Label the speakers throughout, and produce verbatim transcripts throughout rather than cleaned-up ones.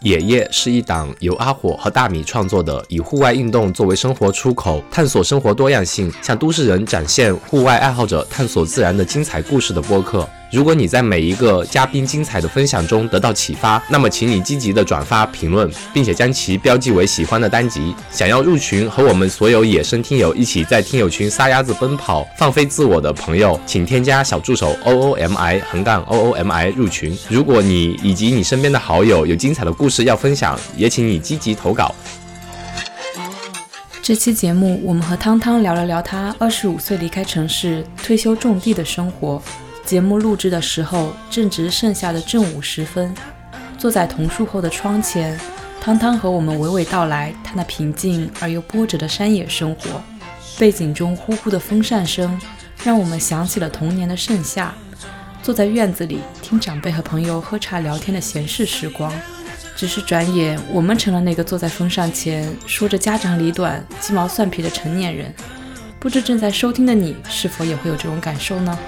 Speaker 1: 野夜是一档由阿火和大米创作的，以户外运动作为生活出口，探索生活多样性，向都市人展现户外爱好者探索自然的精彩故事的播客。如果你在每一个嘉宾精彩的分享中得到启发，那么请你积极的转发评论，并且将其标记为喜欢的单集。想要入群和我们所有野生听友一起在听友群撒丫子奔跑放飞自我的朋友，请添加小助手 O O M I 横杠 O O M I 入群。如果你以及你身边的好友有精彩的故事要分享，也请你积极投稿。
Speaker 2: 这期节目我们和汤汤聊了聊他二十五岁离开城市退休种地的生活。节目录制的时候正值盛夏的正午时分，坐在桐树后的窗前，汤汤和我们娓娓道来他那平静而又波折的山野生活。背景中呼呼的风扇声让我们想起了童年的盛夏，坐在院子里听长辈和朋友喝茶聊天的闲适时光。只是转眼我们成了那个坐在风扇前说着家长里短鸡毛蒜皮的成年人。不知正在收听的你是否也会有这种感受呢？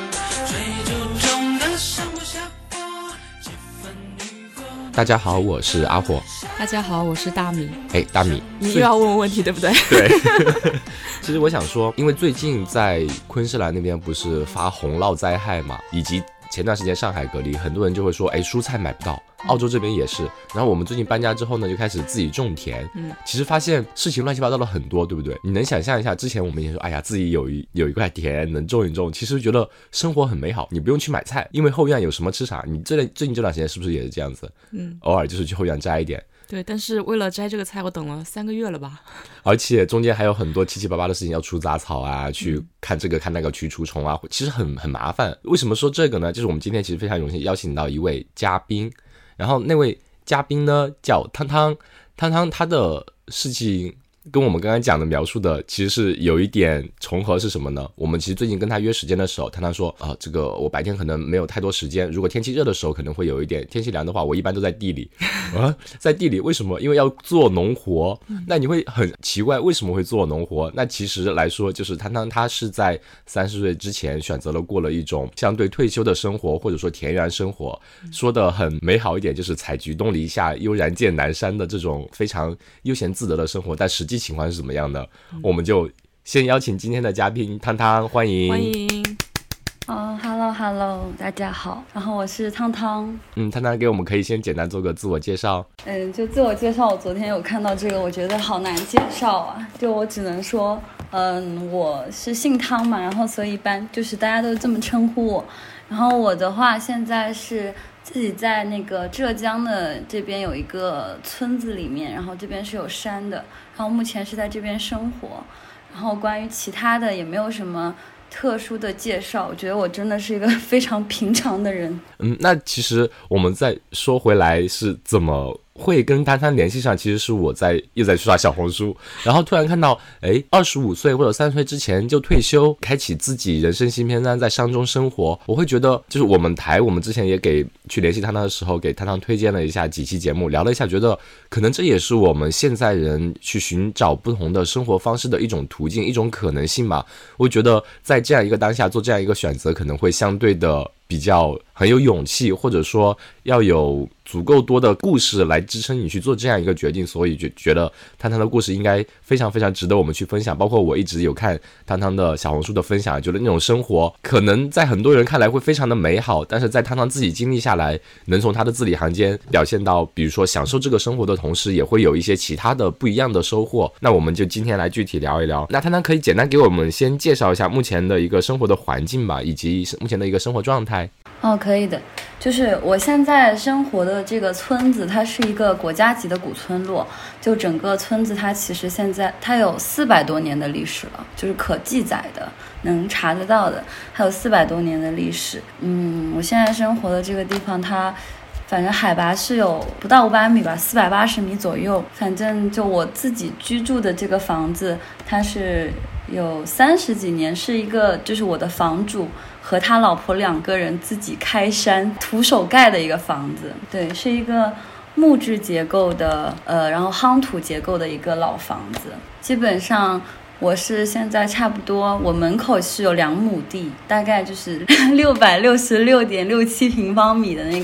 Speaker 1: 大家好，我是阿火。
Speaker 2: 大家好，我是大米。
Speaker 1: 哎，大米，
Speaker 2: 你又要问我问题对不对？
Speaker 1: 对。其实我想说，因为最近在昆士兰那边不是发洪涝灾害嘛，以及前段时间上海隔离，很多人就会说，哎，蔬菜买不到。澳洲这边也是，然后我们最近搬家之后呢，就开始自己种田。嗯，其实发现事情乱七八糟了很多，对不对？你能想象一下，之前我们也说，哎呀，自己有一有一块田能种一种，其实觉得生活很美好，你不用去买菜，因为后院有什么吃啥。你这最近这段时间是不是也是这样子？嗯，偶尔就是去后院摘一点。
Speaker 2: 对，但是为了摘这个菜，我等了三个月了吧？
Speaker 1: 而且中间还有很多七七八八的事情，要除杂草啊，去看这个看那个，去除虫啊，其实很很麻烦。为什么说这个呢？就是我们今天其实非常荣幸邀请到一位嘉宾，然后那位嘉宾呢叫汤汤，汤汤他的事情跟我们刚刚讲的描述的其实是有一点重合，是什么呢？我们其实最近跟他约时间的时候，汤汤说啊、呃，这个我白天可能没有太多时间，如果天气热的时候可能会有一点，天气凉的话我一般都在地里啊，在地里为什么？因为要做农活。那你会很奇怪为什么会做农活？那其实来说就是汤汤他是在三十岁之前选择了过了一种相对退休的生活，或者说田园生活，说的很美好一点就是采菊东篱下，悠然见南山的这种非常悠闲自得的生活，但实际情况是怎么样的？嗯、我们就先邀请今天的嘉宾汤汤，欢迎
Speaker 2: 欢迎。
Speaker 3: 哦、oh, ，Hello Hello， 大家好，然后我是汤汤。
Speaker 1: 嗯，汤汤给我们可以先简单做个自我介绍。
Speaker 3: 嗯，就自我介绍，我昨天有看到这个，我觉得好难介绍啊。就我只能说，嗯，我是姓汤嘛，然后所以一般就是大家都这么称呼我。然后我的话，现在是自己在那个浙江的这边有一个村子里面，然后这边是有山的，然后目前是在这边生活。然后关于其他的也没有什么特殊的介绍，我觉得我真的是一个非常平常的人。
Speaker 1: 嗯，那其实我们再说回来是怎么会跟汤汤联系上，其实是我在又在刷小红书，然后突然看到，哎，二十五岁或者三十岁之前就退休，开启自己人生新篇章，在山中生活。我会觉得，就是我们台，我们之前也给去联系汤汤的时候，给汤汤推荐了一下几期节目，聊了一下，觉得可能这也是我们现在人去寻找不同的生活方式的一种途径，一种可能性嘛。我觉得在这样一个当下做这样一个选择，可能会相对的比较很有勇气，或者说要有足够多的故事来支撑你去做这样一个决定，所以就觉得汤汤的故事应该非常非常值得我们去分享。包括我一直有看汤汤的小红书的分享，觉得那种生活可能在很多人看来会非常的美好，但是在汤汤自己经历下来，能从他的字里行间表现到，比如说享受这个生活的同时，也会有一些其他的不一样的收获。那我们就今天来具体聊一聊。那汤汤可以简单给我们先介绍一下目前的一个生活的环境吧，以及目前的一个生活状态。
Speaker 3: 哦，可以的。就是我现在生活的这个村子，它是一个国家级的古村落。就整个村子，它其实现在它有四百多年的历史了，就是可记载的、能查得到的，还有四百多年的历史。嗯，我现在生活的这个地方，它反正海拔是有不到五百米吧，四百八十米左右。反正就我自己居住的这个房子，它是有三十几年，是一个就是我的房主和他老婆两个人自己开山徒手盖的一个房子。对，是一个木质结构的呃，然后夯土结构的一个老房子。基本上我是现在差不多，我门口是有两亩地，大概就是六百六十六点六七平方米的那个，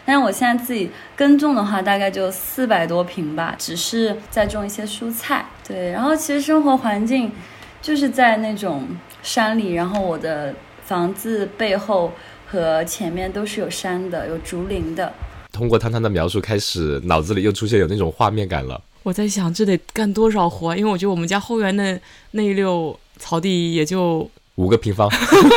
Speaker 3: 但是我现在自己耕种的话，大概就四百多平吧，只是在种一些蔬菜。对，然后其实生活环境就是在那种山里，然后我的房子背后和前面都是有山的，有竹林的。
Speaker 1: 通过汤汤的描述，开始脑子里又出现有那种画面感了。
Speaker 2: 我在想这得干多少活，因为我觉得我们家后园的那一溜草地也就
Speaker 1: 五个平方，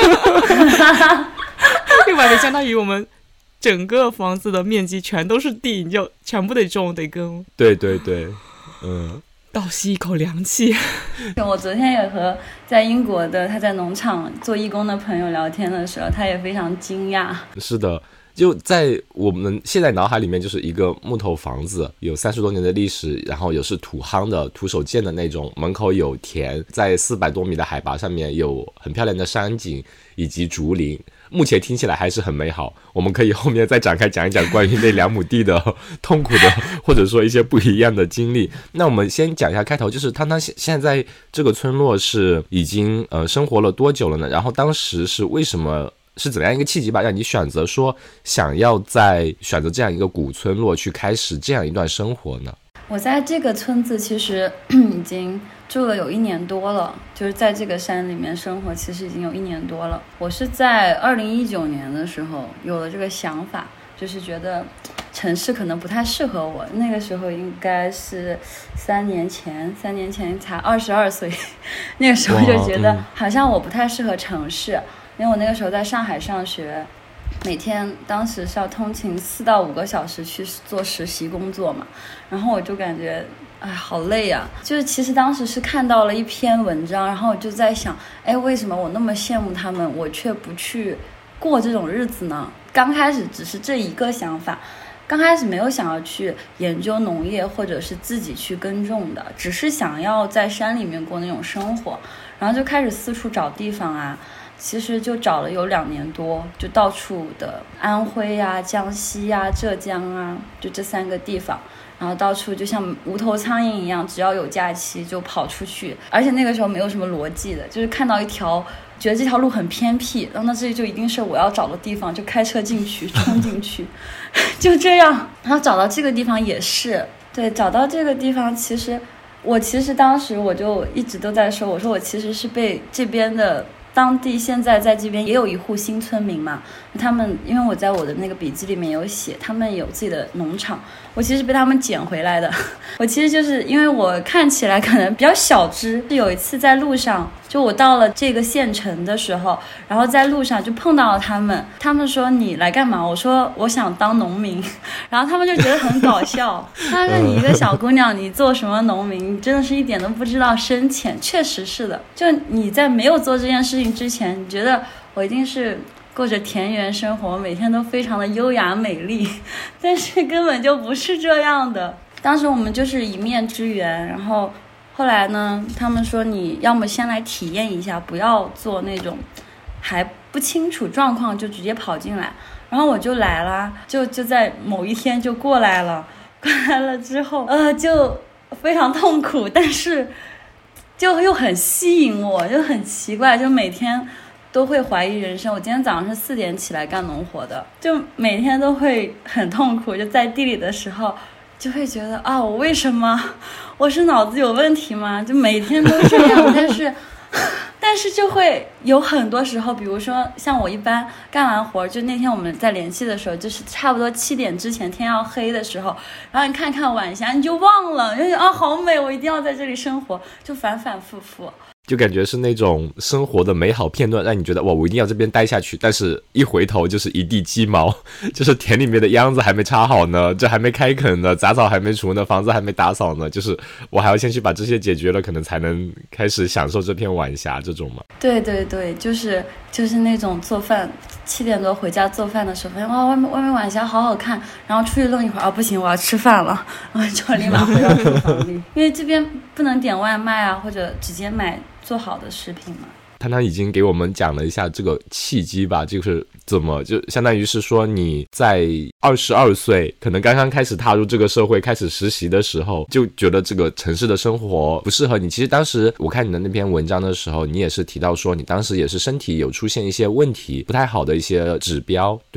Speaker 2: 六百就相当于我们整个房子的面积全都是地，你就全部得种得耕。
Speaker 1: 对对对，嗯。
Speaker 2: 倒吸一口凉气。
Speaker 3: 我昨天也和在英国的他在农场做义工的朋友聊天的时候，他也非常惊讶。
Speaker 1: 是的，就在我们现在脑海里面，就是一个木头房子，有三十多年的历史，然后有是土夯的土手建的那种，门口有田，在四百多米的海拔上面有很漂亮的山景以及竹林。目前听起来还是很美好，我们可以后面再展开讲一讲关于那两亩地的痛苦的或者说一些不一样的经历。那我们先讲一下开头，就是汤汤现在这个村落是已经呃生活了多久了呢？然后当时是为什么，是怎样一个契机吧，让你选择说想要在选择这样一个古村落去开始这样一段生活呢？
Speaker 3: 我在这个村子其实已经住了有一年多了，就是在这个山里面生活其实已经有一年多了。我是在二零一九年的时候有了这个想法，就是觉得城市可能不太适合我。那个时候应该是三年前，三年前才二十二岁，那个时候就觉得好像我不太适合城市，因为我那个时候在上海上学，每天当时是要通勤四到五个小时去做实习工作嘛，然后我就感觉哎，好累啊！就是其实当时是看到了一篇文章，然后我就在想，哎，为什么我那么羡慕他们，我却不去过这种日子呢？刚开始只是这一个想法，刚开始没有想要去研究农业或者是自己去耕种的，只是想要在山里面过那种生活，然后就开始四处找地方啊。其实就找了有两年多，就到处的安徽啊、江西啊、浙江啊，就这三个地方，然后到处就像无头苍蝇一样，只要有假期就跑出去。而且那个时候没有什么逻辑的，就是看到一条觉得这条路很偏僻，然后那这里就一定是我要找的地方，就开车进去冲进去就这样。然后找到这个地方也是对，找到这个地方其实我其实当时我就一直都在说，我说我其实是被这边的当地现在在这边也有一户新村民嘛，他们因为我在我的那个笔记里面有写，他们有自己的农场，我其实被他们捡回来的。我其实就是因为我看起来可能比较小只，有一次在路上，就我到了这个县城的时候，然后在路上就碰到了他们，他们说你来干嘛？我说我想当农民，然后他们就觉得很搞笑，他说你一个小姑娘，你做什么农民？你真的是一点都不知道深浅。确实是的，就你在没有做这件事情之前，你觉得我一定是过着田园生活，每天都非常的优雅美丽，但是根本就不是这样的。当时我们就是一面之缘，然后后来呢，他们说你要么先来体验一下，不要做那种还不清楚状况就直接跑进来。然后我就来了，就就在某一天就过来了。过来了之后，呃，就非常痛苦，但是就又很吸引我，就很奇怪，就每天都会怀疑人生。我今天早上是四点起来干农活的，就每天都会很痛苦，就在地里的时候就会觉得啊，我为什么？我是脑子有问题吗？就每天都这样，但是但是就会有很多时候，比如说像我一般干完活，就那天我们在联系的时候，就是差不多七点之前天要黑的时候，然后你看看晚霞，你就忘了，就啊好美，我一定要在这里生活，就反反复复。
Speaker 1: 就感觉是那种生活的美好片段，让你觉得哇，我一定要这边待下去，但是一回头就是一地鸡毛，就是田里面的秧子还没插好呢，这还没开垦呢，杂草还没除呢，房子还没打扫呢，就是我还要先去把这些解决了，可能才能开始享受这片晚霞，这种嘛。
Speaker 3: 对对对，就是就是那种做饭，七点多回家做饭的时候，发现哇，外面外面晚霞好好看，然后出去愣一会儿，啊不行，我要吃饭了，然后就立马回到厨房里，因为这边不能点外卖啊，或者直接买做好的食品嘛。
Speaker 1: 汤汤已经给我们讲了一下这个契机吧，就是怎么就相当于是说你在二十二岁可能刚刚开始踏入这个社会开始实习的时候，就觉得这个城市的生活不适合你。其实当时我看你的那篇文章的时候，你也是提到说你当时也是身体有出现一些问题不太好的一些指标，对吗？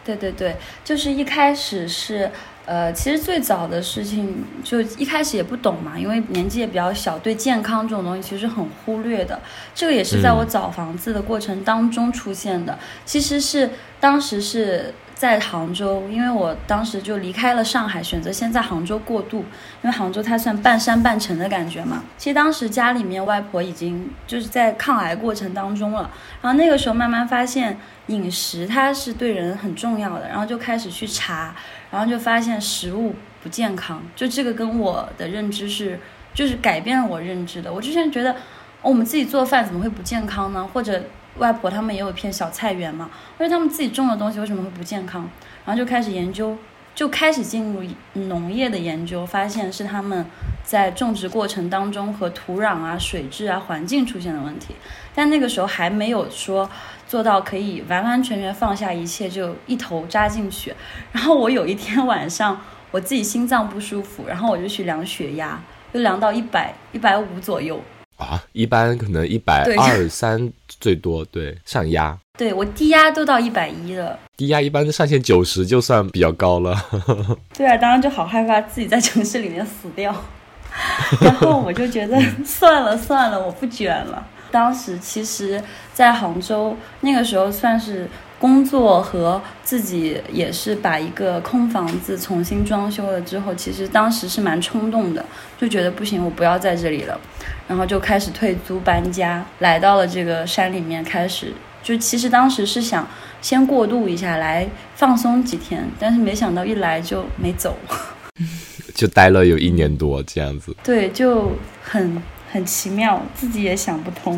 Speaker 3: 对对对，就是一开始是呃，其实最早的事情就一开始也不懂嘛，因为年纪也比较小，对健康这种东西其实很忽略的。这个也是在我找房子的过程当中出现的。嗯、其实是当时是在杭州，因为我当时就离开了上海，选择先在杭州过渡，因为杭州它算半山半城的感觉嘛。其实当时家里面外婆已经就是在抗癌过程当中了，然后那个时候慢慢发现饮食它是对人很重要的，然后就开始去查，然后就发现食物不健康，就这个跟我的认知是就是改变了我认知的。我之前觉得、哦、我们自己做饭怎么会不健康呢？或者外婆他们也有一片小菜园嘛，因为他们自己种的东西为什么会不健康？然后就开始研究，就开始进入农业的研究，发现是他们在种植过程当中和土壤啊、水质啊、环境出现的问题。但那个时候还没有说做到可以完完全全放下一切就一头扎进去。然后我有一天晚上我自己心脏不舒服，然后我就去量血压，就量到一百一百五左右
Speaker 1: 啊，一般可能一百二三最多，对，上压。
Speaker 3: 对，我低压都到一百一了，
Speaker 1: 低压一般上限九十就算比较高了。
Speaker 3: 对啊，当时就好害怕自己在城市里面死掉，然后我就觉得算了算了，我不卷了。当时其实在杭州那个时候算是工作和自己也是把一个空房子重新装修了之后，其实当时是蛮冲动的，就觉得不行，我不要在这里了，然后就开始退租搬家，来到了这个山里面，开始就其实当时是想先过渡一下来放松几天，但是没想到一来就没走，
Speaker 1: 就待了有一年多这样子。
Speaker 3: 对，就很很奇妙，自己也想不通。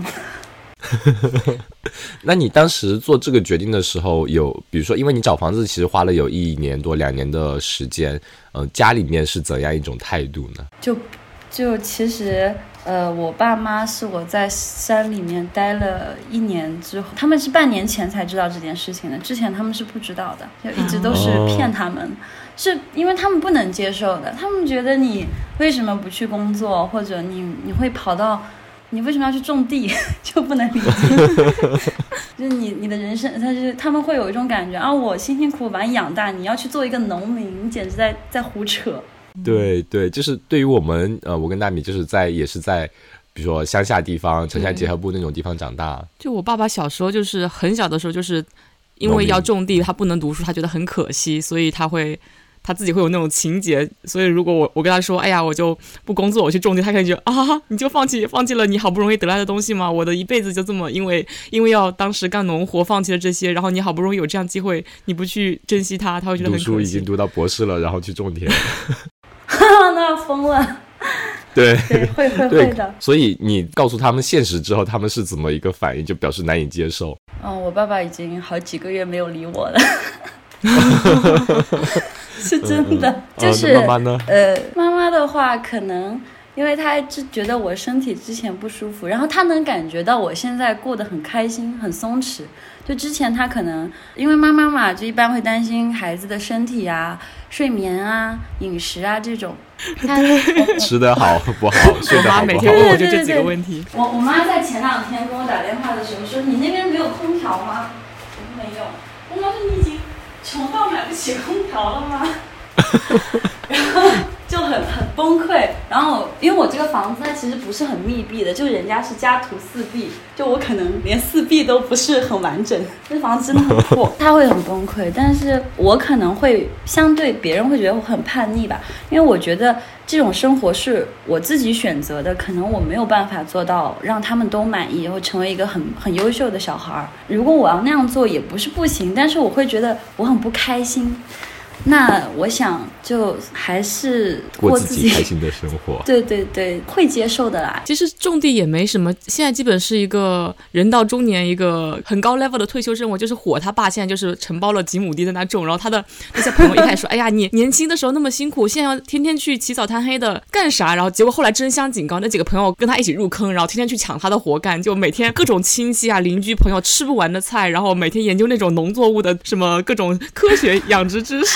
Speaker 1: 那你当时做这个决定的时候，有比如说因为你找房子其实花了有一年多两年的时间，呃，家里面是怎样一种态度呢？就
Speaker 3: 就其实呃，我爸妈是我在山里面待了一年之后，他们是半年前才知道这件事情的，之前他们是不知道的，就一直都是骗他们、哦、是因为他们不能接受的，他们觉得你为什么不去工作，或者你你会跑到你为什么要去种地，就不能理解。就是你你的人生，他是他们会有一种感觉啊，我辛辛苦苦把你养大，你要去做一个农民，你简直在在胡扯。
Speaker 1: 对对，就是对于我们呃，我跟大米就是在也是在比如说乡下地方城乡结合部那种地方长大。
Speaker 2: 就我爸爸小时候就是很小的时候，就是因为要种地他不能读书，他觉得很可惜，所以他会他自己会有那种情节，所以如果我我跟他说哎呀我就不工作我去种地，他可能觉得啊你就放弃放弃了你好不容易得来的东西吗？我的一辈子就这么因为因为要当时干农活放弃了这些，然后你好不容易有这样机会你不去珍惜它，他会觉得很可惜。
Speaker 1: 读书已经读到博士了，然后去种田。
Speaker 3: 那疯了。
Speaker 1: 对
Speaker 3: 对，会会会的。
Speaker 1: 所以你告诉他们现实之后，他们是怎么一个反应？就表示难以接受。
Speaker 3: 嗯，我爸爸已经好几个月没有理我了。是真的、嗯嗯、就是、
Speaker 1: 哦、妈妈呢
Speaker 3: 呃，妈妈的话可能因为她就觉得我身体之前不舒服，然后她能感觉到我现在过得很开心很松弛，就之前她可能因为妈妈嘛就一般会担心孩子的身体啊睡眠啊饮食啊这种，
Speaker 1: 吃得好不好睡得好不好，
Speaker 2: 我妈每天问我就这几个问题。
Speaker 3: 我我妈在前两天跟我打电话的时候说你那边没有空调吗？我没有。我妈说你已经穷到买不起空调了吗？然后就很很崩溃。然后因为我这个房子它其实不是很密闭的，就人家是家徒四壁，就我可能连四壁都不是很完整，这房子真的很破。他会很崩溃，但是我可能会相对别人会觉得我很叛逆吧，因为我觉得这种生活是我自己选择的，可能我没有办法做到让他们都满意，或成为一个很很优秀的小孩。如果我要那样做也不是不行，但是我会觉得我很不开心。那我想就还是
Speaker 1: 过自己开心的生活。
Speaker 3: 对对对，会接受的啦。
Speaker 2: 其实种地也没什么，现在基本是一个人到中年一个很高 level 的退休生活，就是火他爸现在就是承包了几亩地在那种，然后他的那些朋友一开始说哎呀你年轻的时候那么辛苦，现在要天天去起早贪黑的干啥，然后结果后来争相警告，那几个朋友跟他一起入坑，然后天天去抢他的活干，就每天各种亲戚啊邻居朋友吃不完的菜，然后每天研究那种农作物的什么各种科学养殖知识，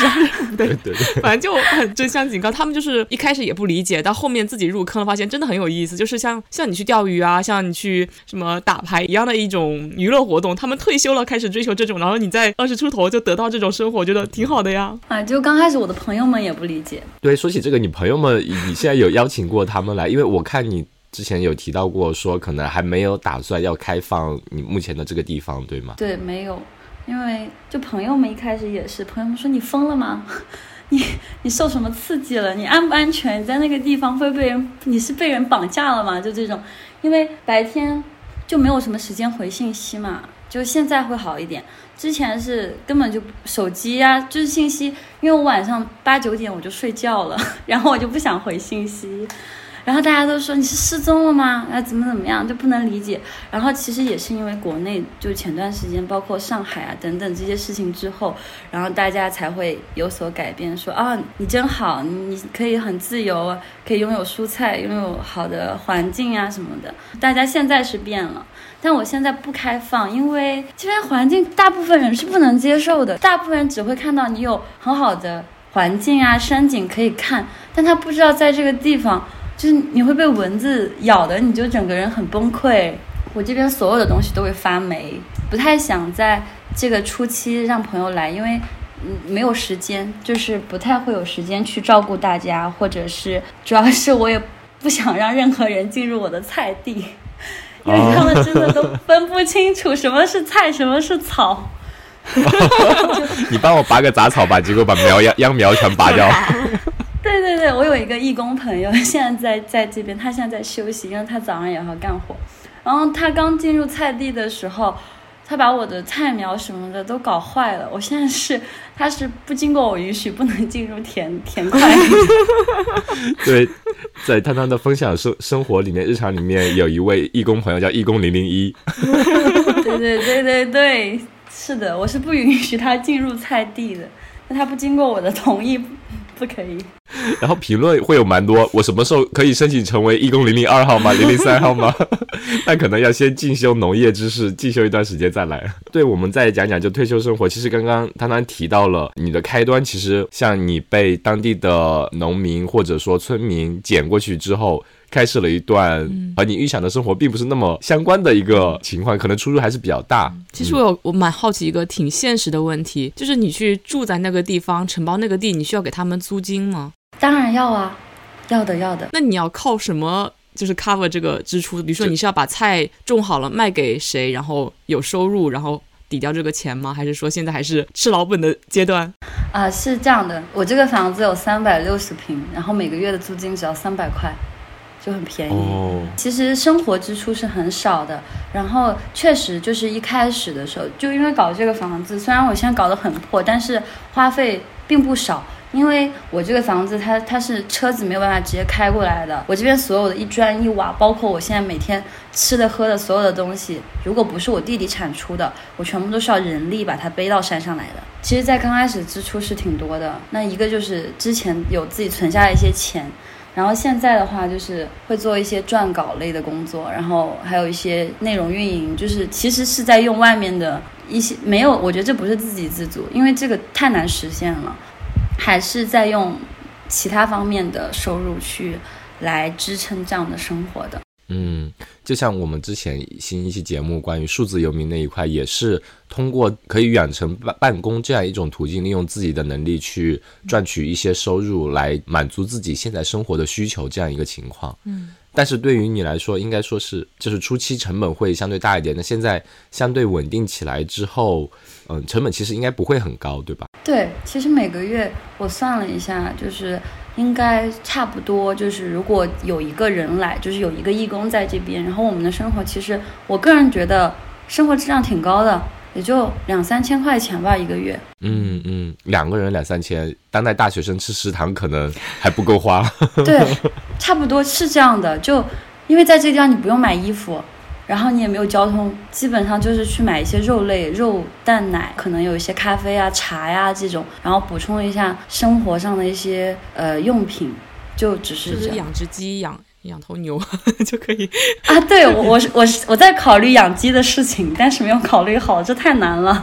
Speaker 4: 不对对对，反正就很真相警告。他们就是一开始也不理解，到后面自己入坑了，发现真的很有意思。就是像像你去钓鱼啊，像你去什么打牌一样的一种娱乐活动，他们退休了开始追求这种，然后你在二十出头就得到这种生活，我觉得挺好的呀。
Speaker 3: 啊，就刚开始我的朋友们也不理解。
Speaker 1: 对，说起这个，你朋友们，你现在有邀请过他们来？因为我看你之前有提到过，说可能还没有打算要开放你目前的这个地方，对吗？
Speaker 3: 对，没有，因为就朋友们一开始也是，朋友们说你疯了吗？你你受什么刺激了？你安不安全？你在那个地方会被人，你是被人绑架了吗？就这种，因为白天就没有什么时间回信息嘛，就现在会好一点。之前是根本就手机啊，就是信息，因为我晚上八九点我就睡觉了，然后我就不想回信息。然后大家都说你是失踪了吗？啊，怎么怎么样，就不能理解。然后其实也是因为国内就前段时间，包括上海啊等等这些事情之后，然后大家才会有所改变，说啊，你真好，你可以很自由，可以拥有蔬菜，拥有好的环境啊什么的。大家现在是变了，但我现在不开放，因为这边环境大部分人是不能接受的，大部分人只会看到你有很好的环境啊山景可以看，但他不知道在这个地方就是你会被蚊子咬的，你就整个人很崩溃。我这边所有的东西都会发霉，不太想在这个初期让朋友来，因为嗯没有时间，就是不太会有时间去照顾大家，或者是主要是我也不想让任何人进入我的菜地，因为他们真的都分不清楚什么是菜，什么是草。
Speaker 1: 你帮我拔个杂草吧，结果把苗秧秧苗全拔掉。
Speaker 3: 对对对，我有一个义工朋友，现在在在这边，他现在在休息，因为他早上也要干活。然后他刚进入菜地的时候，他把我的菜苗什么的都搞坏了。我现在是，他是不经过我允许不能进入田田块。
Speaker 1: 对，在他他的分享生生活里面，日常里面有一位义工朋友叫义工零零一。
Speaker 3: 对对对对对，是的，我是不允许他进入菜地的，那他不经过我的同意。不可以。
Speaker 1: 然后评论会有蛮多，我什么时候可以申请成为义工零零二号吗？零零三号吗？那可能要先进修农业知识，进修一段时间再来。对，我们再讲讲就退休生活。其实刚刚汤汤提到了你的开端，其实像你被当地的农民或者说村民捡过去之后，开始了一段和你预想的生活并不是那么相关的一个情况，可能出入还是比较大。
Speaker 4: 其实我有我蛮好奇一个挺现实的问题，就是你去住在那个地方，承包那个地，你需要给他们租金吗？
Speaker 3: 当然要啊，要的要的。
Speaker 4: 那你要靠什么就是 cover 这个支出？比如说你是要把菜种好了卖给谁，然后有收入，然后抵掉这个钱吗？还是说现在还是吃老本的阶段？
Speaker 3: 啊、呃，是这样的，我这个房子有三百六十平，然后每个月的租金只要三百块。就很便宜、哦、其实生活支出是很少的，然后确实就是一开始的时候，就因为搞这个房子，虽然我现在搞得很破，但是花费并不少，因为我这个房子它它是车子没有办法直接开过来的，我这边所有的一砖一瓦，包括我现在每天吃的喝的所有的东西，如果不是我弟弟产出的，我全部都是要人力把它背到山上来的。其实在刚开始支出是挺多的，那一个就是之前有自己存下来一些钱，然后现在的话就是会做一些撰稿类的工作，然后还有一些内容运营，就是其实是在用外面的一些，没有，我觉得这不是自给自足，因为这个太难实现了，还是在用其他方面的收入去来支撑这样的生活的。
Speaker 1: 嗯，就像我们之前新一期节目关于数字游民那一块，也是通过可以远程办公这样一种途径，利用自己的能力去赚取一些收入来满足自己现在生活的需求，这样一个情况。嗯，但是对于你来说应该说是就是初期成本会相对大一点，那现在相对稳定起来之后，嗯，成本其实应该不会很高，对吧？
Speaker 3: 对，其实每个月我算了一下，就是应该差不多，就是如果有一个人来，就是有一个义工在这边，然后我们的生活其实我个人觉得生活质量挺高的，也就两三千块钱吧一个月。
Speaker 1: 嗯嗯，两个人两三千，当代大学生吃食堂可能还不够花。
Speaker 3: 对，差不多是这样的，就因为在这个地方你不用买衣服，然后你也没有交通，基本上就是去买一些肉类，肉蛋奶，可能有一些咖啡啊茶呀这种，然后补充一下生活上的一些呃用品，就只是这样。
Speaker 4: 就是养只鸡养养头牛就可以
Speaker 3: 啊。对，我我我我在考虑养鸡的事情，但是没有考虑好，这太难了。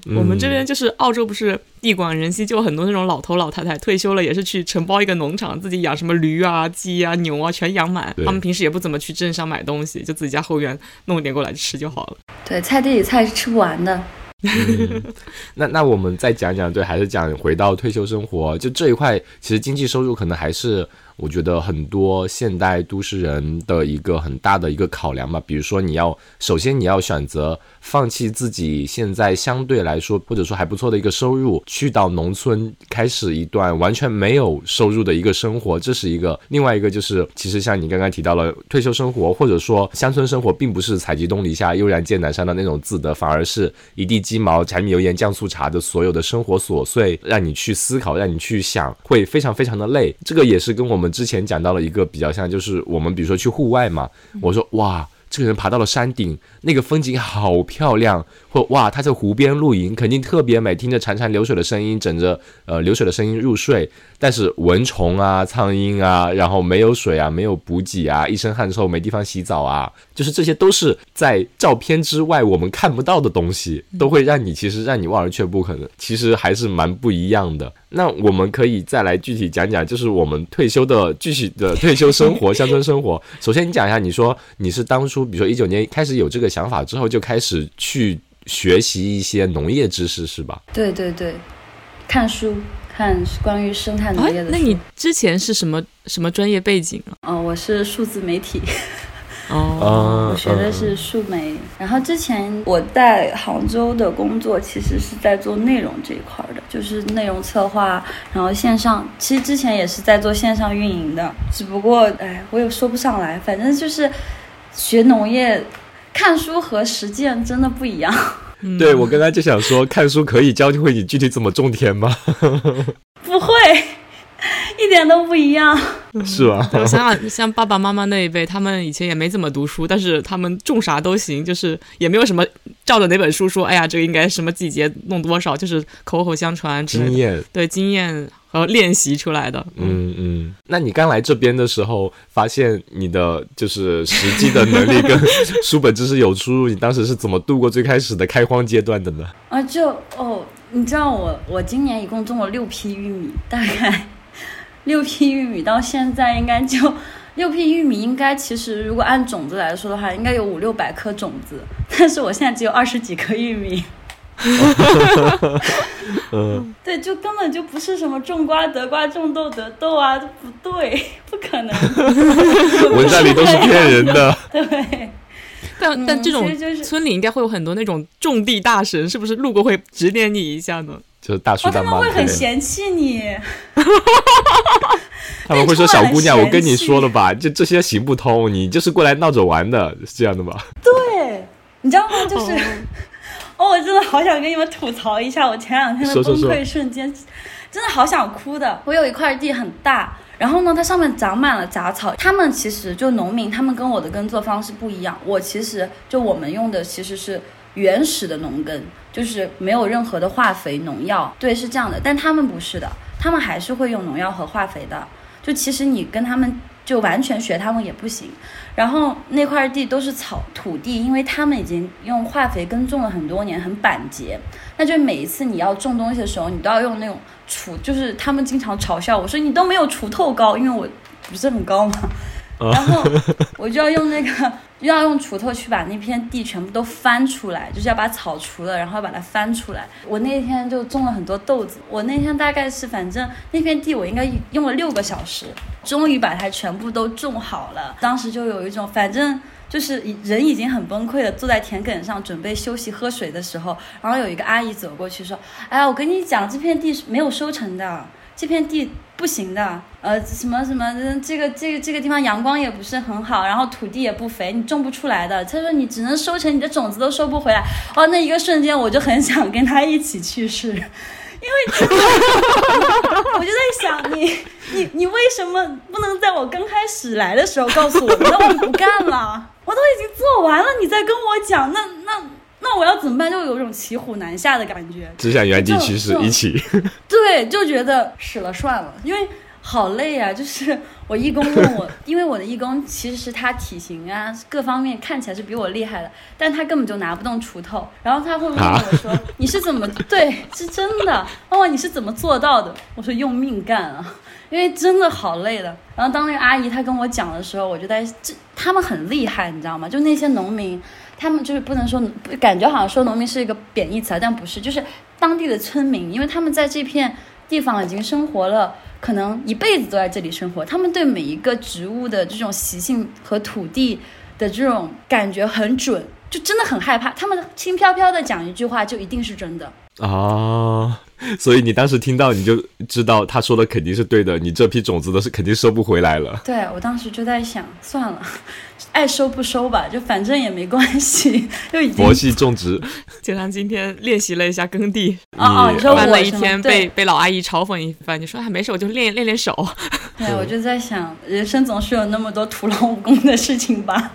Speaker 4: 我们这边就是澳洲不是地广人稀，就很多那种老头老太太退休了也是去承包一个农场，自己养什么驴啊鸡啊牛啊全养满，他们平时也不怎么去镇上买东西，就自己家后院弄一点过来吃就好了。
Speaker 3: 对，菜地里菜是吃不完的。
Speaker 1: 嗯、那那我们再讲讲，对，还是讲回到退休生活，就这一块，其实经济收入可能还是我觉得很多现代都市人的一个很大的一个考量吧。比如说你要首先你要选择放弃自己现在相对来说或者说还不错的一个收入，去到农村开始一段完全没有收入的一个生活，这是一个。另外一个就是其实像你刚刚提到了退休生活或者说乡村生活，并不是采集东篱下悠然见南山的那种自得，反而是一地鸡毛柴米油盐酱醋茶的所有的生活琐碎，让你去思考让你去想，会非常非常的累。这个也是跟我们之前讲到了一个比较像，就是我们比如说去户外嘛，我说哇这个人爬到了山顶，那个风景好漂亮，或哇他在湖边露营肯定特别美，听着潺潺流水的声音，枕着呃流水的声音入睡。但是蚊虫啊苍蝇啊，然后没有水啊没有补给啊，一身汗臭没地方洗澡啊，就是这些都是在照片之外我们看不到的东西，都会让你其实让你望而却步，可能其实还是蛮不一样的。那我们可以再来具体讲讲，就是我们退休的具体的退休生活乡村生活。首先你讲一下，你说你是当初比如说一九年开始有这个想法之后就开始去学习一些农业知识是吧？
Speaker 3: 对对对，看书，看关于生态农业的书、
Speaker 4: 啊、那你之前是什么什么专业背景啊？
Speaker 3: 哦，我是数字媒体。
Speaker 4: 哦，
Speaker 3: 我学的是数媒、嗯、然后之前我在杭州的工作其实是在做内容这一块的，就是内容策划，然后线上，其实之前也是在做线上运营的，只不过哎，我也说不上来，反正就是学农业看书和实践真的不一样。
Speaker 1: 对，我刚刚就想说看书可以教会你具体怎么种田吗？
Speaker 3: 不会，一点都不一样。
Speaker 1: 是吧？
Speaker 4: 我想想，像爸爸妈妈那一辈，他们以前也没怎么读书，但是他们种啥都行，就是也没有什么照着哪本书说，哎呀，这个应该什么季节弄多少，就是口口相传之类的，经验，对，经验和练习出来的。
Speaker 1: 嗯嗯。那你刚来这边的时候，发现你的就是实际的能力跟书本知识有出入，你当时是怎么度过最开始的开荒阶段的呢？
Speaker 3: 啊，就哦，你知道我我今年一共种了六批玉米，大概。六批玉米到现在应该就六批玉米应该其实如果按种子来说的话应该有五六百颗种子，但是我现在只有二十几颗玉米。嗯，对，就根本就不是什么种瓜得瓜种豆得豆啊，不对，不可能。
Speaker 1: 文章里都是骗人的。
Speaker 3: 对。
Speaker 4: 但但这种村里应该会有很多那种种地大神，是不是路过会指点你一下呢？
Speaker 1: 就是大叔大妈、
Speaker 3: 哦、他们会很嫌弃你。
Speaker 1: 他们会说小姑娘我跟你说了吧，就这些行不通，你就是过来闹着玩的，是这样的吧？
Speaker 3: 对，你知道吗？就是哦，哦，我真的好想跟你们吐槽一下我前两天的崩溃瞬间，说说说真的好想哭的。我有一块地很大，然后呢它上面长满了杂草，他们其实就农民，他们跟我的耕作方式不一样，我其实就我们用的其实是原始的农耕，就是没有任何的化肥农药，对，是这样的。但他们不是的，他们还是会用农药和化肥的，就其实你跟他们就完全学他们也不行。然后那块地都是草土地，因为他们已经用化肥耕种了很多年，很板结，那就每一次你要种东西的时候你都要用那种锄，就是他们经常嘲笑我说你都没有锄头高，因为我不是很高嘛，然后我就要用那个就要用锄头去把那片地全部都翻出来，就是要把草除了，然后把它翻出来。我那天就种了很多豆子，我那天大概是反正那片地我应该用了六个小时，终于把它全部都种好了。当时就有一种反正就是人已经很崩溃了，坐在田埂上准备休息喝水的时候，然后有一个阿姨走过去说，哎呀，我跟你讲，这片地是没有收成的，这片地不行的，呃，什么什么，这个这个这个地方阳光也不是很好，然后土地也不肥，你种不出来的。他说你只能收成，你的种子都收不回来。哦，那一个瞬间我就很想跟他一起去世，因为我就在想你你你为什么不能在我刚开始来的时候告诉我，那我不干了，我都已经做完了，你再跟我讲，那那。那我要怎么办？就有种骑虎难下的感觉，
Speaker 1: 只想原地去世一起。
Speaker 3: 对，就觉得死了算了，因为好累啊！就是我义工问我，因为我的义工其实是他体型啊各方面看起来是比我厉害的，但他根本就拿不动锄头。然后他会问我说：“啊、你是怎么对？是真的？妈妈，你是怎么做到的？”我说：“用命干啊，因为真的好累的。”然后当那个阿姨她跟我讲的时候，我就在这他们很厉害，你知道吗？就那些农民。他们就是不能说，感觉好像说农民是一个贬义词，但不是，就是当地的村民，因为他们在这片地方已经生活了，可能一辈子都在这里生活，他们对每一个植物的这种习性和土地的这种感觉很准，就真的很害怕，他们轻飘飘的讲一句话就一定是真的
Speaker 1: 啊。所以你当时听到你就知道他说的肯定是对的，你这批种子都是肯定收不回来了。
Speaker 3: 对，我当时就在想，算了，爱收不收吧，就反正也没关系，就已经
Speaker 1: 佛系种植。
Speaker 4: 经常今天练习了一下耕地，
Speaker 3: 哦哦，你说
Speaker 4: 玩了一天，被被老阿姨嘲讽一番，你说还没事，我就练练练手。
Speaker 3: 对，我就在想，人生总是有那么多徒劳无功的事情吧。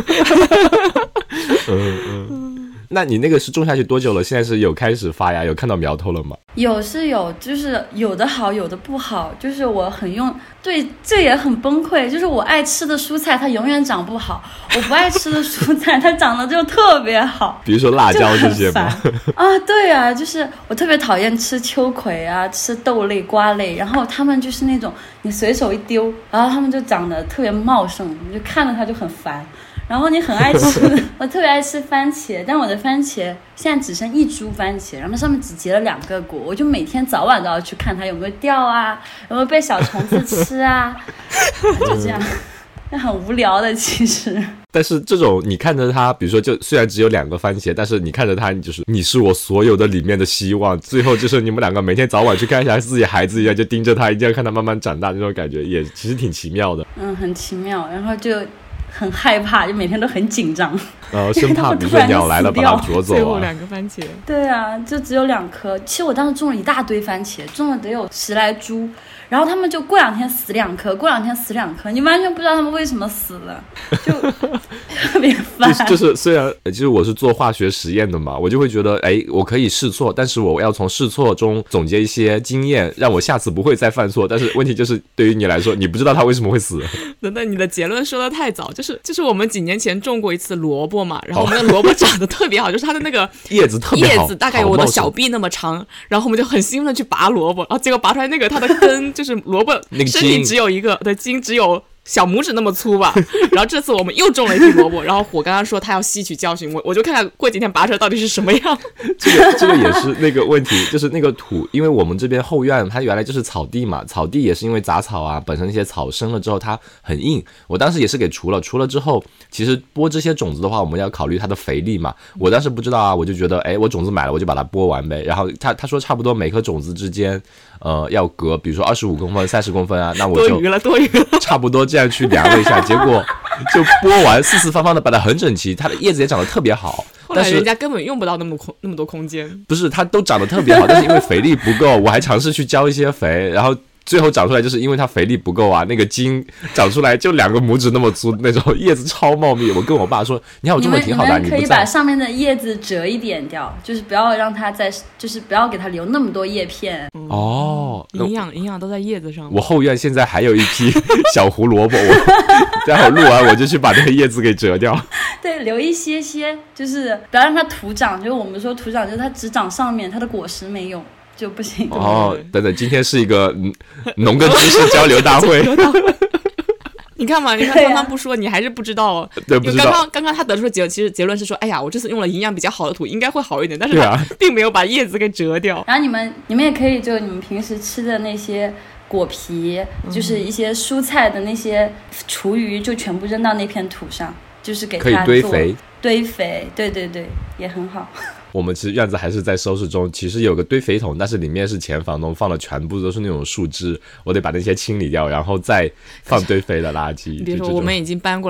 Speaker 1: 嗯嗯。那你那个是种下去多久了？现在是有开始发芽，有看到苗头了吗？
Speaker 3: 有是有，就是有的好，有的不好。就是我很用，对，这也很崩溃。就是我爱吃的蔬菜，它永远长不好；我不爱吃的蔬菜，它长得就特别好。
Speaker 1: 比如说辣椒这些吗？
Speaker 3: 啊，对啊，就是我特别讨厌吃秋葵啊，吃豆类、瓜类，然后他们就是那种你随手一丢，然后他们就长得特别茂盛，你就看着它就很烦。然后你很爱吃，我特别爱吃番茄，但我的番茄现在只剩一株番茄，然后上面只结了两个果，我就每天早晚都要去看它有没有掉啊，有没有被小虫子吃啊，就这样，那很无聊的其实。
Speaker 1: 但是这种你看着它，比如说就虽然只有两个番茄，但是你看着它，你就是你是我所有的里面的希望，最后就是你们两个每天早晚去看一下自己孩子一样，就盯着它，一定要看它慢慢长大，这种感觉也其实挺奇妙的。
Speaker 3: 嗯，很奇妙，然后就很害怕，就每天都很紧张，
Speaker 1: 然后生怕比如说鸟来了把它啄走啊。
Speaker 4: 最后两个番茄，
Speaker 3: 对啊，就只有两颗。其实我当时种了一大堆番茄，种了得有十来株，然后他们就过两天死两颗，过两天死两颗，你完全不知道他们为什么死了，就特别烦。
Speaker 1: 就是就是虽然其实我是做化学实验的嘛，我就会觉得哎，我可以试错，但是我要从试错中总结一些经验，让我下次不会再犯错。但是问题就是对于你来说，你不知道它为什么会死。
Speaker 4: 等等，你的结论说的太早，就是就是我们几年前种过一次萝卜嘛，然后我们的萝卜长得特别好，就是它的那个
Speaker 1: 叶子特别好，
Speaker 4: 叶子大概有我的小臂那么长，然后我们就很兴奋去拔萝卜，然后结果拔出来那个它的根就是萝卜身体只有一个，对，茎只有小拇指那么粗吧。然后这次我们又种了一批萝卜，然后火刚刚说他要吸取教训，我我就看看过几天拔出来到底是什么样。
Speaker 1: 这个这个也是那个问题，就是那个土，因为我们这边后院它原来就是草地嘛，草地也是因为杂草啊，本身那些草生了之后它很硬，我当时也是给除了，除了之后，其实播这些种子的话，我们要考虑它的肥力嘛。我当时不知道啊，我就觉得，哎，我种子买了我就把它播完呗。然后他他说差不多每颗种子之间，呃，要隔比如说二十五公分、三十公分啊，那我就
Speaker 4: 多余了，多余了，
Speaker 1: 差不多这样去量了一下，结果就播完四四方方的，摆得很整齐，它的叶子也长得特别好。
Speaker 4: 后来人家根本用不到那么空那么多空间，
Speaker 1: 不是，它都长得特别好，但是因为肥力不够，我还尝试去浇一些肥，然后最后长出来就是因为它肥力不够啊，那个茎长出来就两个拇指那么粗，那种叶子超茂密。我跟我爸说，你看我种的挺好的、啊，
Speaker 3: 你们可以把上面的叶子折一点掉，就是不要让它在，就是不要给它留那么多叶片。
Speaker 4: 嗯、
Speaker 1: 哦，
Speaker 4: 营养营养都在叶子上。
Speaker 1: 我后院现在还有一批小胡萝卜，我待会儿录完我就去把那个叶子给折掉。
Speaker 3: 对，留一些些，就是不要让它徒长。就是我们说徒长，就是它只长上面，它的果实没有。就不行
Speaker 1: 哦，等等，今天是一个农耕知识交流大会。
Speaker 4: 你看嘛，你看刚刚不说，你还是不知道哦。
Speaker 1: 对，不知道。
Speaker 4: 刚刚刚刚他得出的结论，其实结论是说，哎呀，我这次用了营养比较好的土，应该会好一点，但是他并没有把叶子给折掉。
Speaker 3: 然后你们你们也可以就你们平时吃的那些果皮，就是一些蔬菜的那些厨余，就全部扔到那片土上，就是给它
Speaker 1: 可以堆肥。
Speaker 3: 堆肥，对对对，也很好。
Speaker 1: 我们其实院子还是在收拾中，其实有个堆肥桶，但是里面是前房东放的全部都是那种树枝，我得把那些清理掉，然后再放堆肥的垃圾。
Speaker 4: 比如说我们已经搬过来